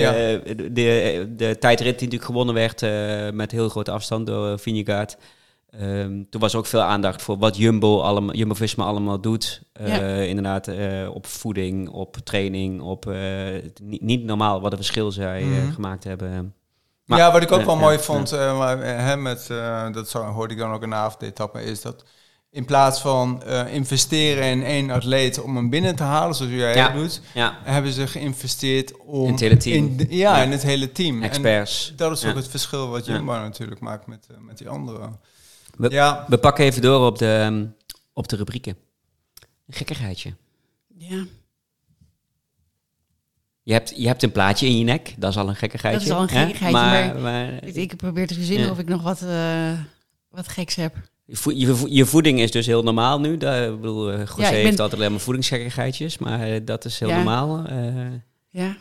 de tijdrit die natuurlijk gewonnen werd... met heel grote afstand door Vingegaard... toen was ook veel aandacht voor wat Jumbo-Visma allemaal doet. Inderdaad, op voeding, op training, op niet normaal wat een verschil zij gemaakt hebben. Maar, wat ik ook wel mooi vond, dat hoorde ik dan ook in de avondetappe, is dat in plaats van investeren in één atleet om hem binnen te halen, zoals jij doet, hebben ze geïnvesteerd om in het hele team. In het hele team. Experts. En dat is ook het verschil wat Jumbo natuurlijk maakt met die anderen. We pakken even door op de rubrieken. Een gekkigheidje. Ja. Je hebt een plaatje in je nek. Dat is al een gekkigheidje. Dat is al een gekkigheidje. Maar ik probeer te verzinnen of ik nog wat geks heb. Je voeding is dus heel normaal nu. Ik bedoel, José heeft altijd alleen maar voedingsgekkigheidjes. Maar dat is heel normaal. Ja.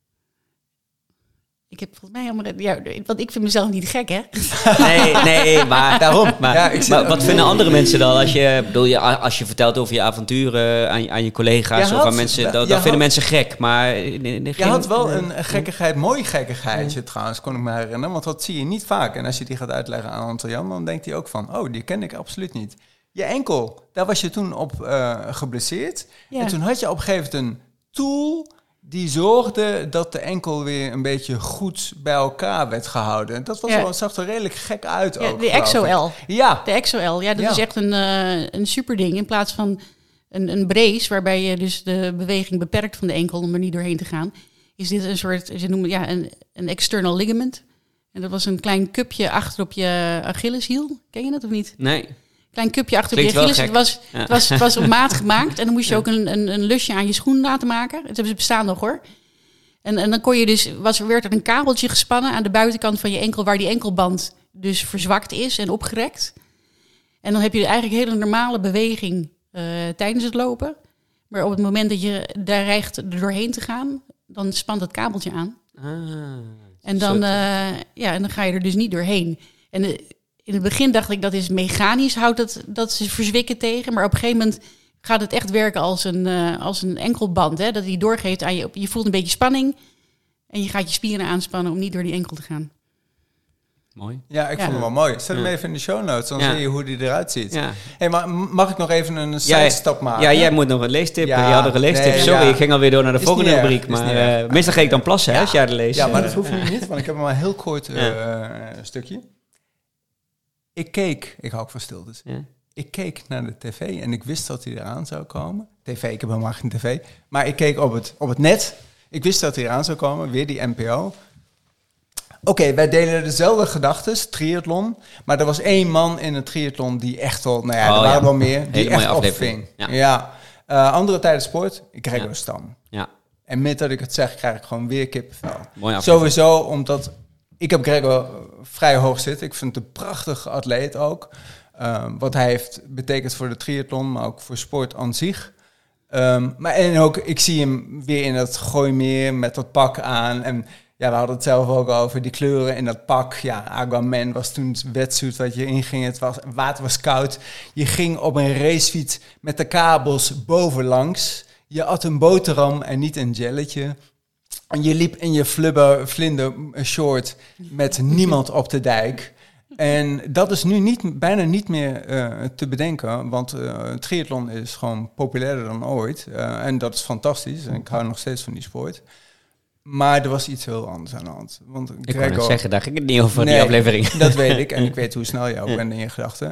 Ik heb volgens mij helemaal... want ik vind mezelf niet gek, hè? Nee, maar daarom. Maar wat vinden andere mensen dan? Als je vertelt over je avonturen aan je collega's of aan mensen... Dat vinden mensen gek, maar... Je had wel een gekkigheid, mooi gekkigheidje trouwens, kon ik me herinneren. Want dat zie je niet vaak. En als je die gaat uitleggen aan Anton-Jan, dan denkt hij ook van... die ken ik absoluut niet. Je enkel, daar was je toen op geblesseerd. Ja. En toen had je op een gegeven moment een tool... die zorgde dat de enkel weer een beetje goed bij elkaar werd gehouden. Dat was zag er redelijk gek uit ook. De XOL. Ja. De XOL, dat is echt een super ding. In plaats van een brace, waarbij je dus de beweging beperkt van de enkel om er niet doorheen te gaan, is dit een soort, ze noemen een external ligament. En dat was een klein cupje achter op je Achilleshiel. Ken je dat of niet? Nee. Klein cupje achter op je Achilles. Het was op maat gemaakt. En dan moest je ook een lusje aan je schoen laten maken. Het bestaan nog hoor. En dan kon je dus, werd er een kabeltje gespannen aan de buitenkant van je enkel, waar die enkelband dus verzwakt is en opgerekt. En dan heb je eigenlijk hele normale beweging tijdens het lopen. Maar op het moment dat je daar dreigt er doorheen te gaan, dan spant het kabeltje aan. En dan ga je er dus niet doorheen. En in het begin dacht ik, dat is mechanisch, houdt dat ze verzwikken tegen. Maar op een gegeven moment gaat het echt werken als een enkelband. Hè? Dat die doorgeeft aan je. Je voelt een beetje spanning. En je gaat je spieren aanspannen om niet door die enkel te gaan. Mooi. Ja, ik vond hem wel mooi. Zet hem even in de show notes, dan zie je hoe die eruit ziet. Ja. Hey, maar mag ik nog even een sidestap maken? Ja, jij moet nog een leestip. Je had nog een leestip. Sorry, ik ging alweer door naar de volgende rubriek. Maar meestal ga ik dan plassen als jij de leest. Ja, maar dat hoeft nu niet, want ik heb maar een heel kort stukje. Ik hou ook van stiltes. Ja. Ik keek naar de tv en ik wist dat hij eraan zou komen. Ik heb helemaal geen tv. Maar ik keek op het net. Ik wist dat hij eraan zou komen, weer die NPO. Oké, wij delen dezelfde gedachten, triathlon. Maar er was 1 man in het triathlon die echt wel... Nou ja, er waren wel meer. Die echt opving. Ja. Andere tijden sport, Gregor Stam. Ja. En met dat ik het zeg, krijg ik gewoon weer kippenvel. Mooi sowieso, omdat... Ik heb Gregor vrij hoog zitten. Ik vind het een prachtige atleet ook. Wat hij heeft betekend voor de triathlon, maar ook voor sport aan zich. En ook, ik zie hem weer in dat Gooimeer met dat pak aan. En ja, we hadden het zelf ook over die kleuren in dat pak. Ja, Aquaman was toen het wetsuit wat je inging. Het water was koud. Je ging op een racefiets met de kabels bovenlangs. Je at een boterham en niet een jelletje. En je liep in je vlinder short met niemand op de dijk. En dat is nu bijna niet meer te bedenken, want triathlon is gewoon populairder dan ooit. En dat is fantastisch. En ik hou nog steeds van die sport. Maar er was iets heel anders aan de hand. Want ik kan het zeggen, daar ging het niet over die aflevering. Dat weet ik. En ik weet hoe snel je ook bent in je gedachten.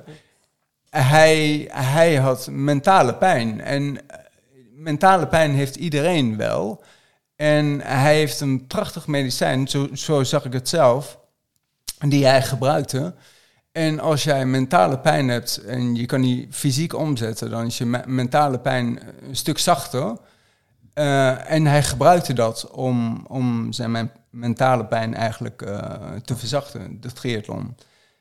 Hij had mentale pijn. En mentale pijn heeft iedereen wel. En hij heeft een prachtig medicijn, zo zag ik het zelf, die hij gebruikte. En als jij mentale pijn hebt en je kan die fysiek omzetten, dan is je mentale pijn een stuk zachter. En hij gebruikte dat om zijn mentale pijn eigenlijk te verzachten, de triathlon.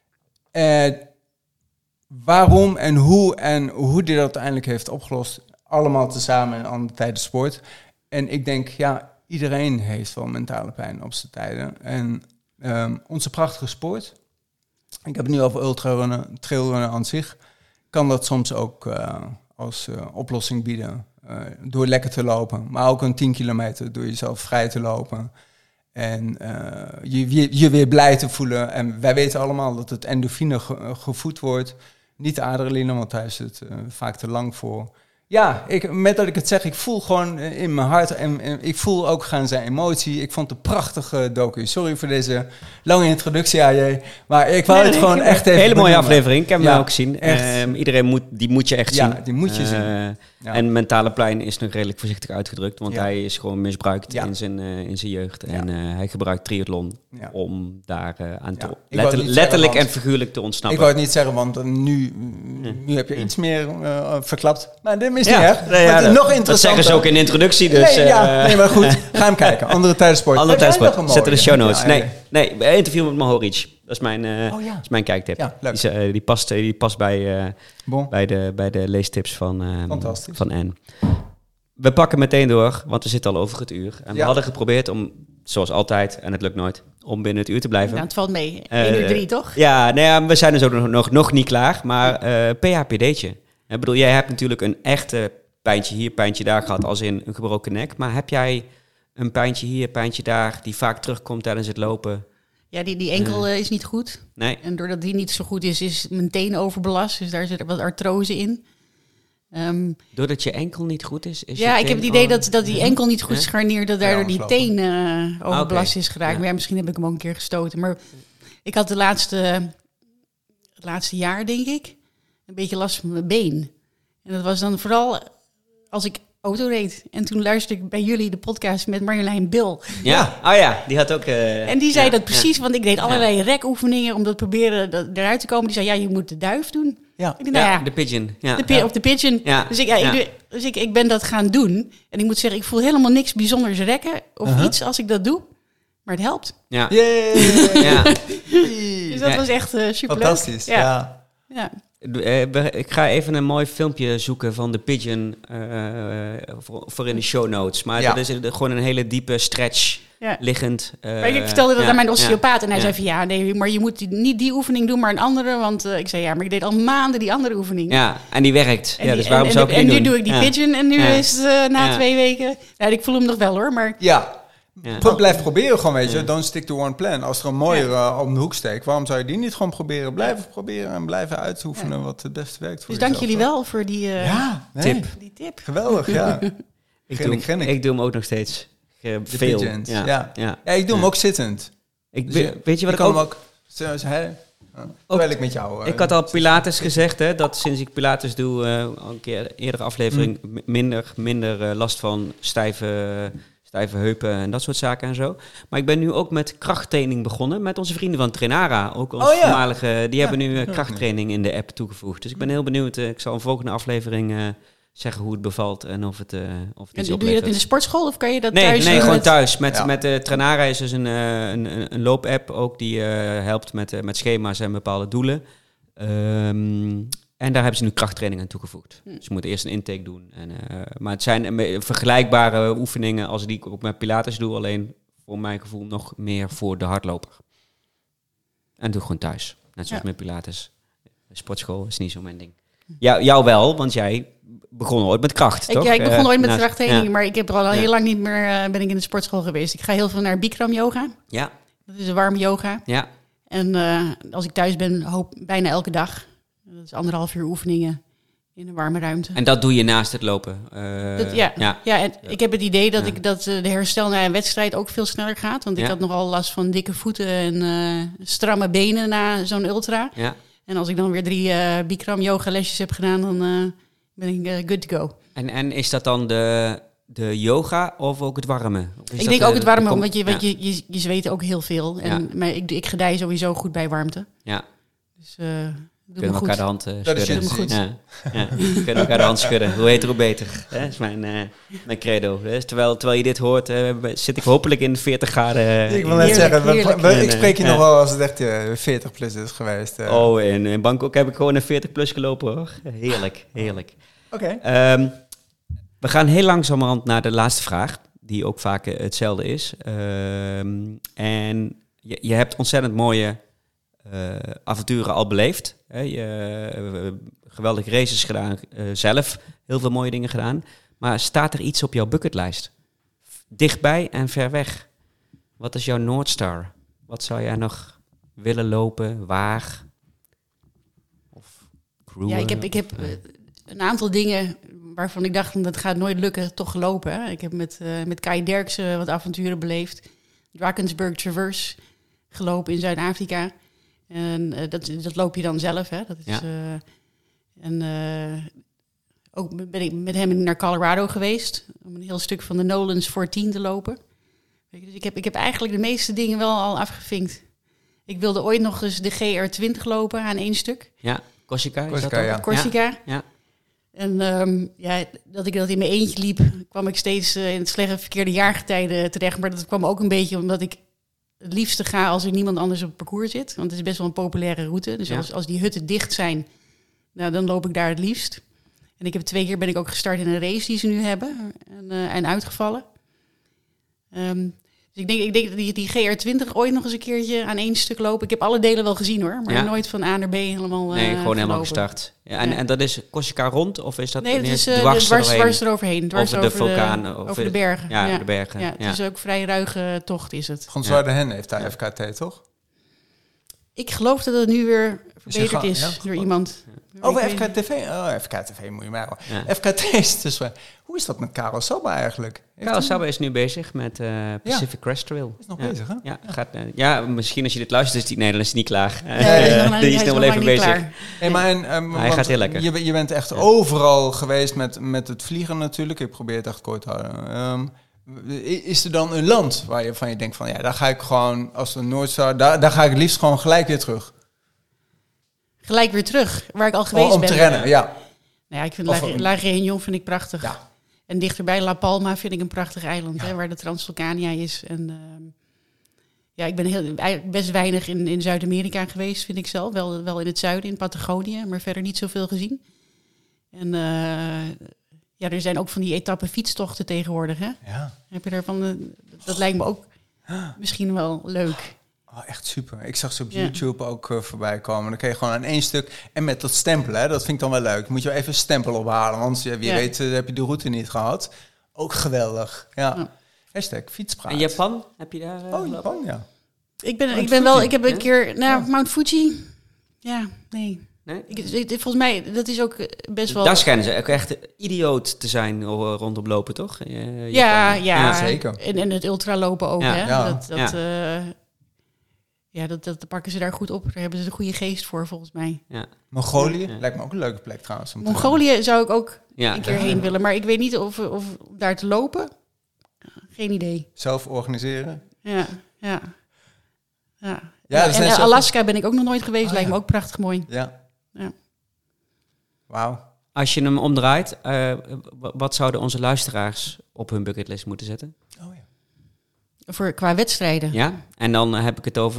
Waarom en hoe hij dat uiteindelijk heeft opgelost, allemaal tezamen in andere tijden sport. En ik denk, ja, iedereen heeft wel mentale pijn op zijn tijden. En onze prachtige sport, ik heb het nu over ultrarunnen, trailrunnen aan zich, kan dat soms ook als oplossing bieden. Door lekker te lopen, maar ook een 10 kilometer door jezelf vrij te lopen. En je weer blij te voelen. En wij weten allemaal dat het endorfine gevoed wordt. Niet de adrenaline, want daar is het vaak te lang voor. Ja, met dat ik het zeg, ik voel gewoon in mijn hart en ik voel ook gaan zijn emotie. Ik vond het een prachtige docu. Sorry voor deze lange introductie, AJ. Maar ik wou het gewoon echt even... Hele mooie aflevering, ik heb hem ook gezien. Iedereen moet je echt zien. Ja, die moet je zien. Ja. En mentale pijn is nog redelijk voorzichtig uitgedrukt, want hij is gewoon misbruikt in zijn jeugd. Ja. En hij gebruikt triathlon om daar aan te... Letterlijk en figuurlijk te ontsnappen. Ik wou het niet zeggen, want nu heb je iets meer verklapt. Maar dit is niet erg. Nog interessanter. Dat zeggen ze ook in de introductie. Dus, nee, maar goed. Ga hem kijken. Andere tijdensport. Andere tijdensport. Zet er de show notes. Nee, interview met Mohoric. Dat is mijn kijktip. Ja, die past bij de leestips van Anne. We pakken meteen door, want we zitten al over het uur. En we hadden geprobeerd om, zoals altijd, en het lukt nooit, om binnen het uur te blijven. Ja, het valt mee. 1:03, toch? Ja, we zijn dus ook nog niet klaar. Maar PHPD'tje. Ik bedoel, jij hebt natuurlijk een echte pijntje hier, pijntje daar gehad, als in een gebroken nek. Maar heb jij een pijntje hier, pijntje daar, die vaak terugkomt tijdens het lopen? Ja, die enkel is niet goed. Nee. En doordat die niet zo goed is mijn teen overbelast. Dus daar zit er wat artrose in. Doordat je enkel niet goed is? Ik heb het idee dat die enkel niet goed is scharneerd, dat daardoor die teen overbelast is geraakt. Maar misschien heb ik hem ook een keer gestoten. Maar ik had het laatste jaar, denk ik, een beetje last van mijn been. En dat was dan vooral als ik auto reed. En toen luisterde ik bij jullie de podcast met Marjolein Bil. Ja, die had ook... en die zei dat precies, want ik deed allerlei rekoefeningen om dat proberen eruit te komen. Die zei, je moet de duif doen. Ja, ik dacht, de pigeon. Of de pigeon. Ja. Dus ik ben dat gaan doen. En ik moet zeggen, ik voel helemaal niks bijzonders rekken of iets als ik dat doe. Maar het helpt. Ja. Dus dat was echt superleuk. Fantastisch, ja. Ik ga even een mooi filmpje zoeken van de pigeon voor in de show notes. Maar dat is gewoon een hele diepe stretch liggend. Maar ik vertelde dat aan mijn osteopaat en hij zei van nee, maar je moet niet die oefening doen, maar een andere. Want ik zei maar ik deed al maanden die andere oefening. Ja, en die werkt. Dus waarom zou ik het niet doen? En nu doe ik die pigeon en nu is het na 2 weken. Nou, ik voel hem nog wel hoor, maar... Blijf proberen gewoon, weet je. Don't stick to one plan. Als er een mooiere om de hoek steekt, waarom zou je die niet gewoon proberen? Blijven proberen en blijven uitoefenen wat het beste werkt voor jezelf. Dus dank jullie wel voor die tip. Die tip. Geweldig, ja. Ik doe hem ook nog steeds. Veel. Ik doe hem ook zittend. Weet je wat ik ook... Terwijl ik met jou... ik had al Pilates gezegd, hè, dat sinds ik Pilates doe, al een keer eerdere aflevering, minder last van stijve stijve heupen en dat soort zaken en zo. Maar ik ben nu ook met krachttraining begonnen met onze vrienden van Trainara. Ook onze voormalige, die hebben nu krachttraining in de app toegevoegd. Dus ik ben heel benieuwd. Ik zal een volgende afleefing zeggen hoe het bevalt en of het iets oplevert. Doe je dat in de sportschool of kan je dat thuis? Nee, gewoon thuis. Met Trainara is dus een loopapp ook die helpt met schema's en bepaalde doelen. En daar hebben ze nu krachttraining aan toegevoegd. Dus je moet eerst een intake doen. Maar het zijn vergelijkbare oefeningen als die ik ook met Pilates doe. Alleen voor mijn gevoel nog meer voor de hardloper. En doe gewoon thuis. Net zoals met Pilates. De sportschool is niet zo mijn ding. Jou wel, want jij begon ooit met kracht, toch? Ja, ik begon ooit met krachttraining. Maar ik heb al heel lang niet meer ben ik in de sportschool geweest. Ik ga heel veel naar Bikram yoga. Ja. Dat is een warme yoga. Ja. En als ik thuis ben, bijna elke dag. Dat is 1,5 uur oefeningen in een warme ruimte. En dat doe je naast het lopen? En ik heb het idee dat de herstel na een wedstrijd ook veel sneller gaat. Want ik had nogal last van dikke voeten en stramme benen na zo'n ultra. Ja. En als ik dan weer 3 Bikram yoga lesjes heb gedaan, dan ben ik good to go. En is dat dan de yoga of ook het warme? Ik denk ook het warme, want je zweet ook heel veel. Maar ik gedij sowieso goed bij warmte. Ja. Dus kunnen we elkaar de hand schudden. Dat is goed. We kunnen elkaar de hand schudden. Hoe heter, hoe beter. Dat is mijn credo. Dus terwijl je dit hoort, zit ik hopelijk in 40 graden. Ik wil net zeggen, ik spreek je nog wel als het echt 40 plus is geweest. In Bangkok heb ik gewoon een 40 plus gelopen, hoor. Heerlijk. Oké. We gaan heel langzamerhand naar de laatste vraag, die ook vaak hetzelfde is. En je hebt ontzettend mooie avonturen al beleefd. Geweldige races gedaan, zelf heel veel mooie dingen gedaan. Maar staat er iets op jouw bucketlijst? Dichtbij en ver weg. Wat is jouw North Star? Wat zou jij nog willen lopen? Waar? Of crewen? Ja, ik heb een aantal dingen waarvan ik dacht, dat gaat nooit lukken, toch gelopen. Hè? Ik heb met Kai Derksen wat avonturen beleefd. Drakensberg Traverse gelopen in Zuid-Afrika. En dat loop je dan zelf, hè? Dat is, ook ben ik met hem naar Colorado geweest om een heel stuk van de Nolans 14 te lopen. Dus ik heb eigenlijk de meeste dingen wel al afgevinkt. Ik wilde ooit nog eens de GR20 lopen aan 1 stuk. Ja, Corsica. Corsica. Ja. En dat ik dat in mijn eentje liep, kwam ik steeds in het slechte verkeerde jaargetijden terecht. Maar dat kwam ook een beetje omdat ik het liefste ga als er niemand anders op het parcours zit. Want het is best wel een populaire route. Dus als die hutten dicht zijn, nou, dan loop ik daar het liefst. En ik heb 2 keer ben ik ook gestart in een race die ze nu hebben. En uitgevallen. Dus ik denk dat die GR20 ooit nog eens een keertje aan 1 stuk lopen. Ik heb alle delen wel gezien, hoor. Maar nooit van A naar B helemaal Nee, gewoon helemaal gestart. Ja, en dat is Corsica rond? Of is dat nee, het is dwars eroverheen. Dwars over de vulkaan? Over de bergen. Ja, de bergen. Ja, het is ook een vrij ruige tocht, is het. François de Hen heeft daar FKT, toch? Ik geloof dat het nu weer verbeterd is door iemand. Over FKTV? FKTV moet je mij wel. Ja. FKT is dus... Hoe is dat met Karel Sabbe eigenlijk? Karel Sabbe is nu bezig met Pacific Crest Trail. Is nog bezig, hè? Ja, misschien als je dit luistert, dan is hij niet klaar. Die is nog wel even bezig. Hey, maar hij gaat heel lekker. Je bent echt overal geweest met het vliegen natuurlijk. Ik probeer het echt kort te houden. Is er dan een land waar je van je denkt van... Ja, daar ga ik gewoon, als een Noordstar... Daar ga ik het liefst gewoon gelijk weer terug. Gelijk weer terug, waar ik al geweest ben. Om te rennen, ja. Nou ja, ik vind La Réunion vind ik prachtig. Ja. En dichterbij La Palma vind ik een prachtig eiland, hè, waar de Transvulcania is. En ik ben eigenlijk best weinig in Zuid-Amerika geweest, vind ik zelf. Wel in het zuiden, in Patagonië, maar verder niet zoveel gezien. En er zijn ook van die etappe fietstochten tegenwoordig, hè? Ja. Heb je daarvan? Dat lijkt me ook misschien wel leuk. Oh, echt super. Ik zag ze op YouTube ook voorbij komen. Dan kun je gewoon aan 1 stuk... En met dat stempelen, hè, dat vind ik dan wel leuk. Moet je wel even een stempel ophalen. Want wie weet heb je de route niet gehad. Ook geweldig. Ja. Hashtag fietspraat. En Japan? Heb je daar... Japan, ja. Ik heb een keer... Mount Fuji. Ja, nee. Volgens mij, dat is ook best wel... Daar schijnen ze ook echt idioot te zijn rondom lopen, toch? Ja, zeker. En het ultralopen ook, hè? Ja. Dat pakken ze daar goed op. Daar hebben ze de goede geest voor, volgens mij. Ja. Mongolië lijkt me ook een leuke plek trouwens. Mongolië zou ik ook een keer heen willen. Maar ik weet niet of daar te lopen Geen idee. Zelf organiseren? Ja. En Alaska ben ik ook nog nooit geweest. Lijkt me ook prachtig mooi. Ja. Wauw. Als je hem omdraait, wat zouden onze luisteraars op hun bucketlist moeten zetten? Qua wedstrijden? Ja, en dan heb ik het over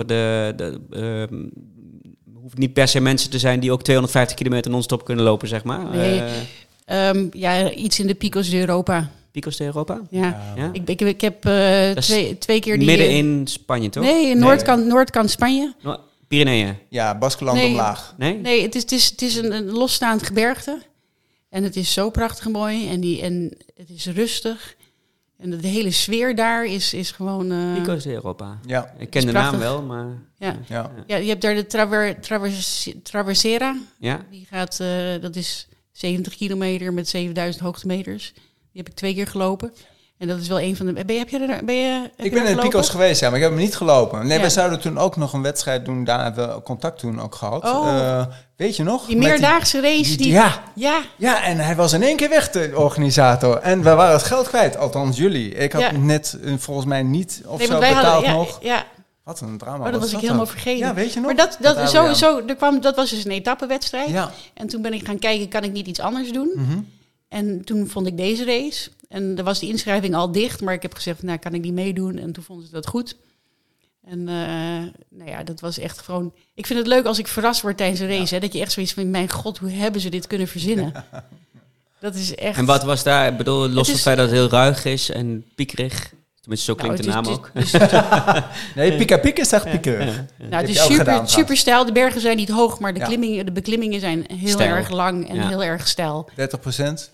hoeft niet per se mensen te zijn die ook 250 kilometer non-stop kunnen lopen, zeg maar. Nee, iets in de Picos de Europa. Picos de Europa? Ja. Ik heb twee keer die... Midden in Spanje, toch? Nee, noordkant Spanje. Pyreneeën? Ja, Baskeland omlaag. Nee, het is een losstaand gebergte. En het is zo prachtig mooi. En het is rustig. En de hele sfeer daar is gewoon... Picos de Europa. Ja. Ik ken de naam wel, maar... Ja, je hebt daar de Traversera. Ja. Die gaat, dat is 70 kilometer met 7000 hoogtemeters. Die heb ik 2 keer gelopen. En dat is wel een van de... Ik ben in Picos geweest, maar ik heb hem niet gelopen. Nee, wij zouden toen ook nog een wedstrijd doen. Daar hebben we contact toen ook gehad. Weet je nog? Die meerdaagse race. Ja, en hij was in 1 keer weg, de organisator. En we waren het geld kwijt, althans jullie. Ik had net volgens mij niet betaald nog. Ja. Wat een drama. Dat was ik helemaal vergeten. Ja, weet je nog? Maar dat was dus een etappenwedstrijd. Ja. En toen ben ik gaan kijken, kan ik niet iets anders doen? Mm-hmm. En toen vond ik deze race. En er was de inschrijving al dicht, maar ik heb gezegd, kan ik niet meedoen? En toen vonden ze dat goed. En dat was echt gewoon... Ik vind het leuk als ik verrast word tijdens een race. Hè, dat je echt zoiets van, mijn god, hoe hebben ze dit kunnen verzinnen? Dat is echt... En wat was daar? Ik bedoel, los van het feit dat het heel ruig is en piekerig. Tenminste, zo klinkt de naam ook. Nee, Pika Pika is echt piekerig. Het is super steil. De bergen zijn niet hoog, maar de beklimmingen zijn heel erg lang en heel erg steil. 30%?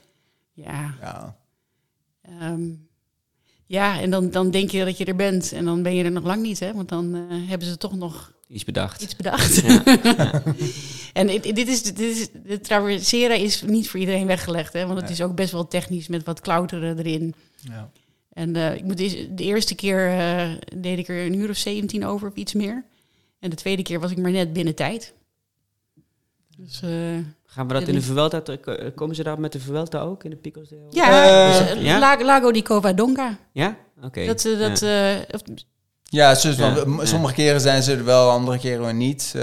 Ja. En dan denk je dat je er bent. En dan ben je er nog lang niet, hè? Want dan hebben ze toch nog... Iets bedacht. Ja. En de Traversera is niet voor iedereen weggelegd, hè? Want het is ook best wel technisch met wat klauteren erin. Ja. En de eerste keer deed ik er 1 uur of 17 over of iets meer. En de tweede keer was ik maar net binnen tijd. Dus... Gaan we dat in de Vuelta? Komen ze daar met de Vuelta ook in de Picos de Europa? Lago di Covadonga. Ja? Oké. Sommige keren zijn ze er wel, andere keren weer niet.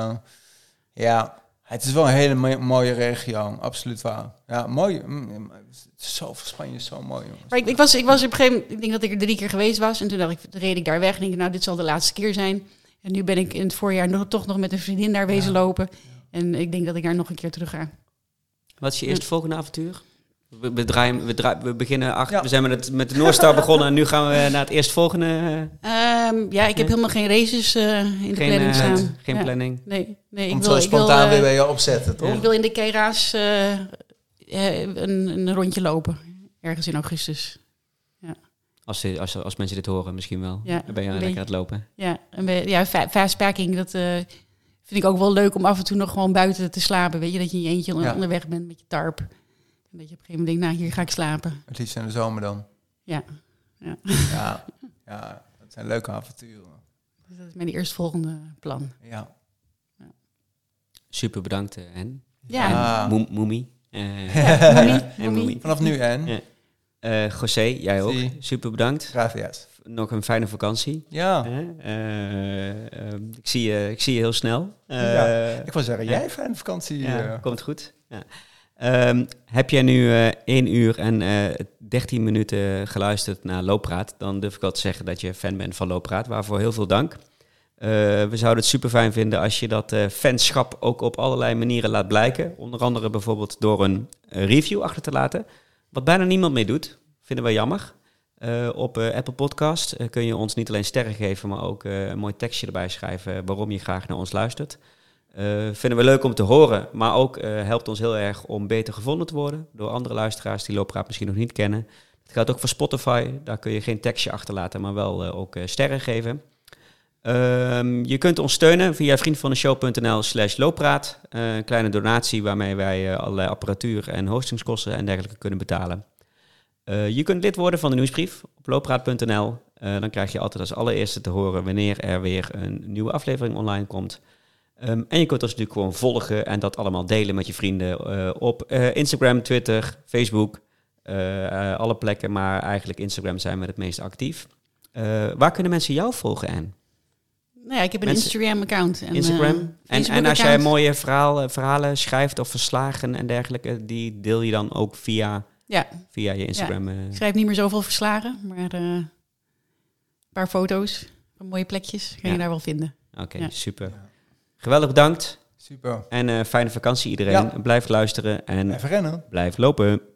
Het is wel een hele mooie regio, absoluut waar. Ja, mooi. Spanje is zo mooi, jongens. Maar ik was op een gegeven moment, ik denk dat ik er 3 keer geweest was. En toen reed ik daar weg en denk dit zal de laatste keer zijn. En nu ben ik in het voorjaar toch nog met een vriendin daar wezen lopen. En ik denk dat ik daar nog een keer terug ga. Wat is je eerste volgende avontuur? We beginnen we zijn met de Noordstar begonnen en nu gaan we naar het eerstvolgende. Ik heb helemaal geen races in de planning staan. Geen planning? Nee. Om zo spontaan weer bij je opzetten, toch? Ik wil in de Keira's een rondje lopen. Ergens in augustus. Ja. Als mensen dit horen misschien wel. Ja, dan ben je lekker aan het lopen. Ja, fastpacking, dat... vind ik ook wel leuk om af en toe nog gewoon buiten te slapen. Weet je, dat je in je eentje onderweg bent met je tarp. En dat je op een gegeven moment denkt, hier ga ik slapen. Het liefst in de zomer dan. Ja, dat zijn leuke avonturen. Dus dat is mijn eerstvolgende plan. Ja. Super bedankt, En. Ja. Moemie. Moemie. Vanaf nu, En. José, jij ook. Super bedankt. Gracias. Nog een fijne vakantie. Ja. Ik zie je heel snel. Ik wil zeggen, jij fijne vakantie. Komt goed. Ja. Heb jij nu 1 uur en 13 minuten geluisterd naar Looppraat, dan durf ik wel te zeggen dat je fan bent van Looppraat. Waarvoor heel veel dank. We zouden het super fijn vinden als je dat fanschap ook op allerlei manieren laat blijken. Onder andere bijvoorbeeld door een review achter te laten. Wat bijna niemand mee doet. Vinden we jammer. Op Apple Podcast kun je ons niet alleen sterren geven, maar ook een mooi tekstje erbij schrijven waarom je graag naar ons luistert. Vinden we leuk om te horen, maar ook helpt ons heel erg om beter gevonden te worden door andere luisteraars die Looppraat misschien nog niet kennen. Het geldt ook voor Spotify, daar kun je geen tekstje achterlaten, maar wel ook sterren geven. Je kunt ons steunen via vriendvandeshow.nl/looppraat. Een kleine donatie waarmee wij allerlei apparatuur en hostingskosten en dergelijke kunnen betalen. Je kunt lid worden van de nieuwsbrief op looppraat.nl. Dan krijg je altijd als allereerste te horen wanneer er weer een nieuwe aflevering online komt. En je kunt ons natuurlijk gewoon volgen en dat allemaal delen met je vrienden op Instagram, Twitter, Facebook. alle plekken, maar eigenlijk Instagram zijn we het meest actief. Waar kunnen mensen jou volgen, Anne? Nou ja, ik heb een Instagram-account. Instagram. En als jij mooie verhalen schrijft of verslagen en dergelijke, die deel je dan ook via je Instagram? Ja. Ik schrijf niet meer zoveel verslagen, maar een paar foto's van mooie plekjes kan je daar wel vinden. Oké, super. Ja. Geweldig bedankt. Super. En fijne vakantie iedereen. Ja. Blijf luisteren en blijf rennen. Blijf lopen.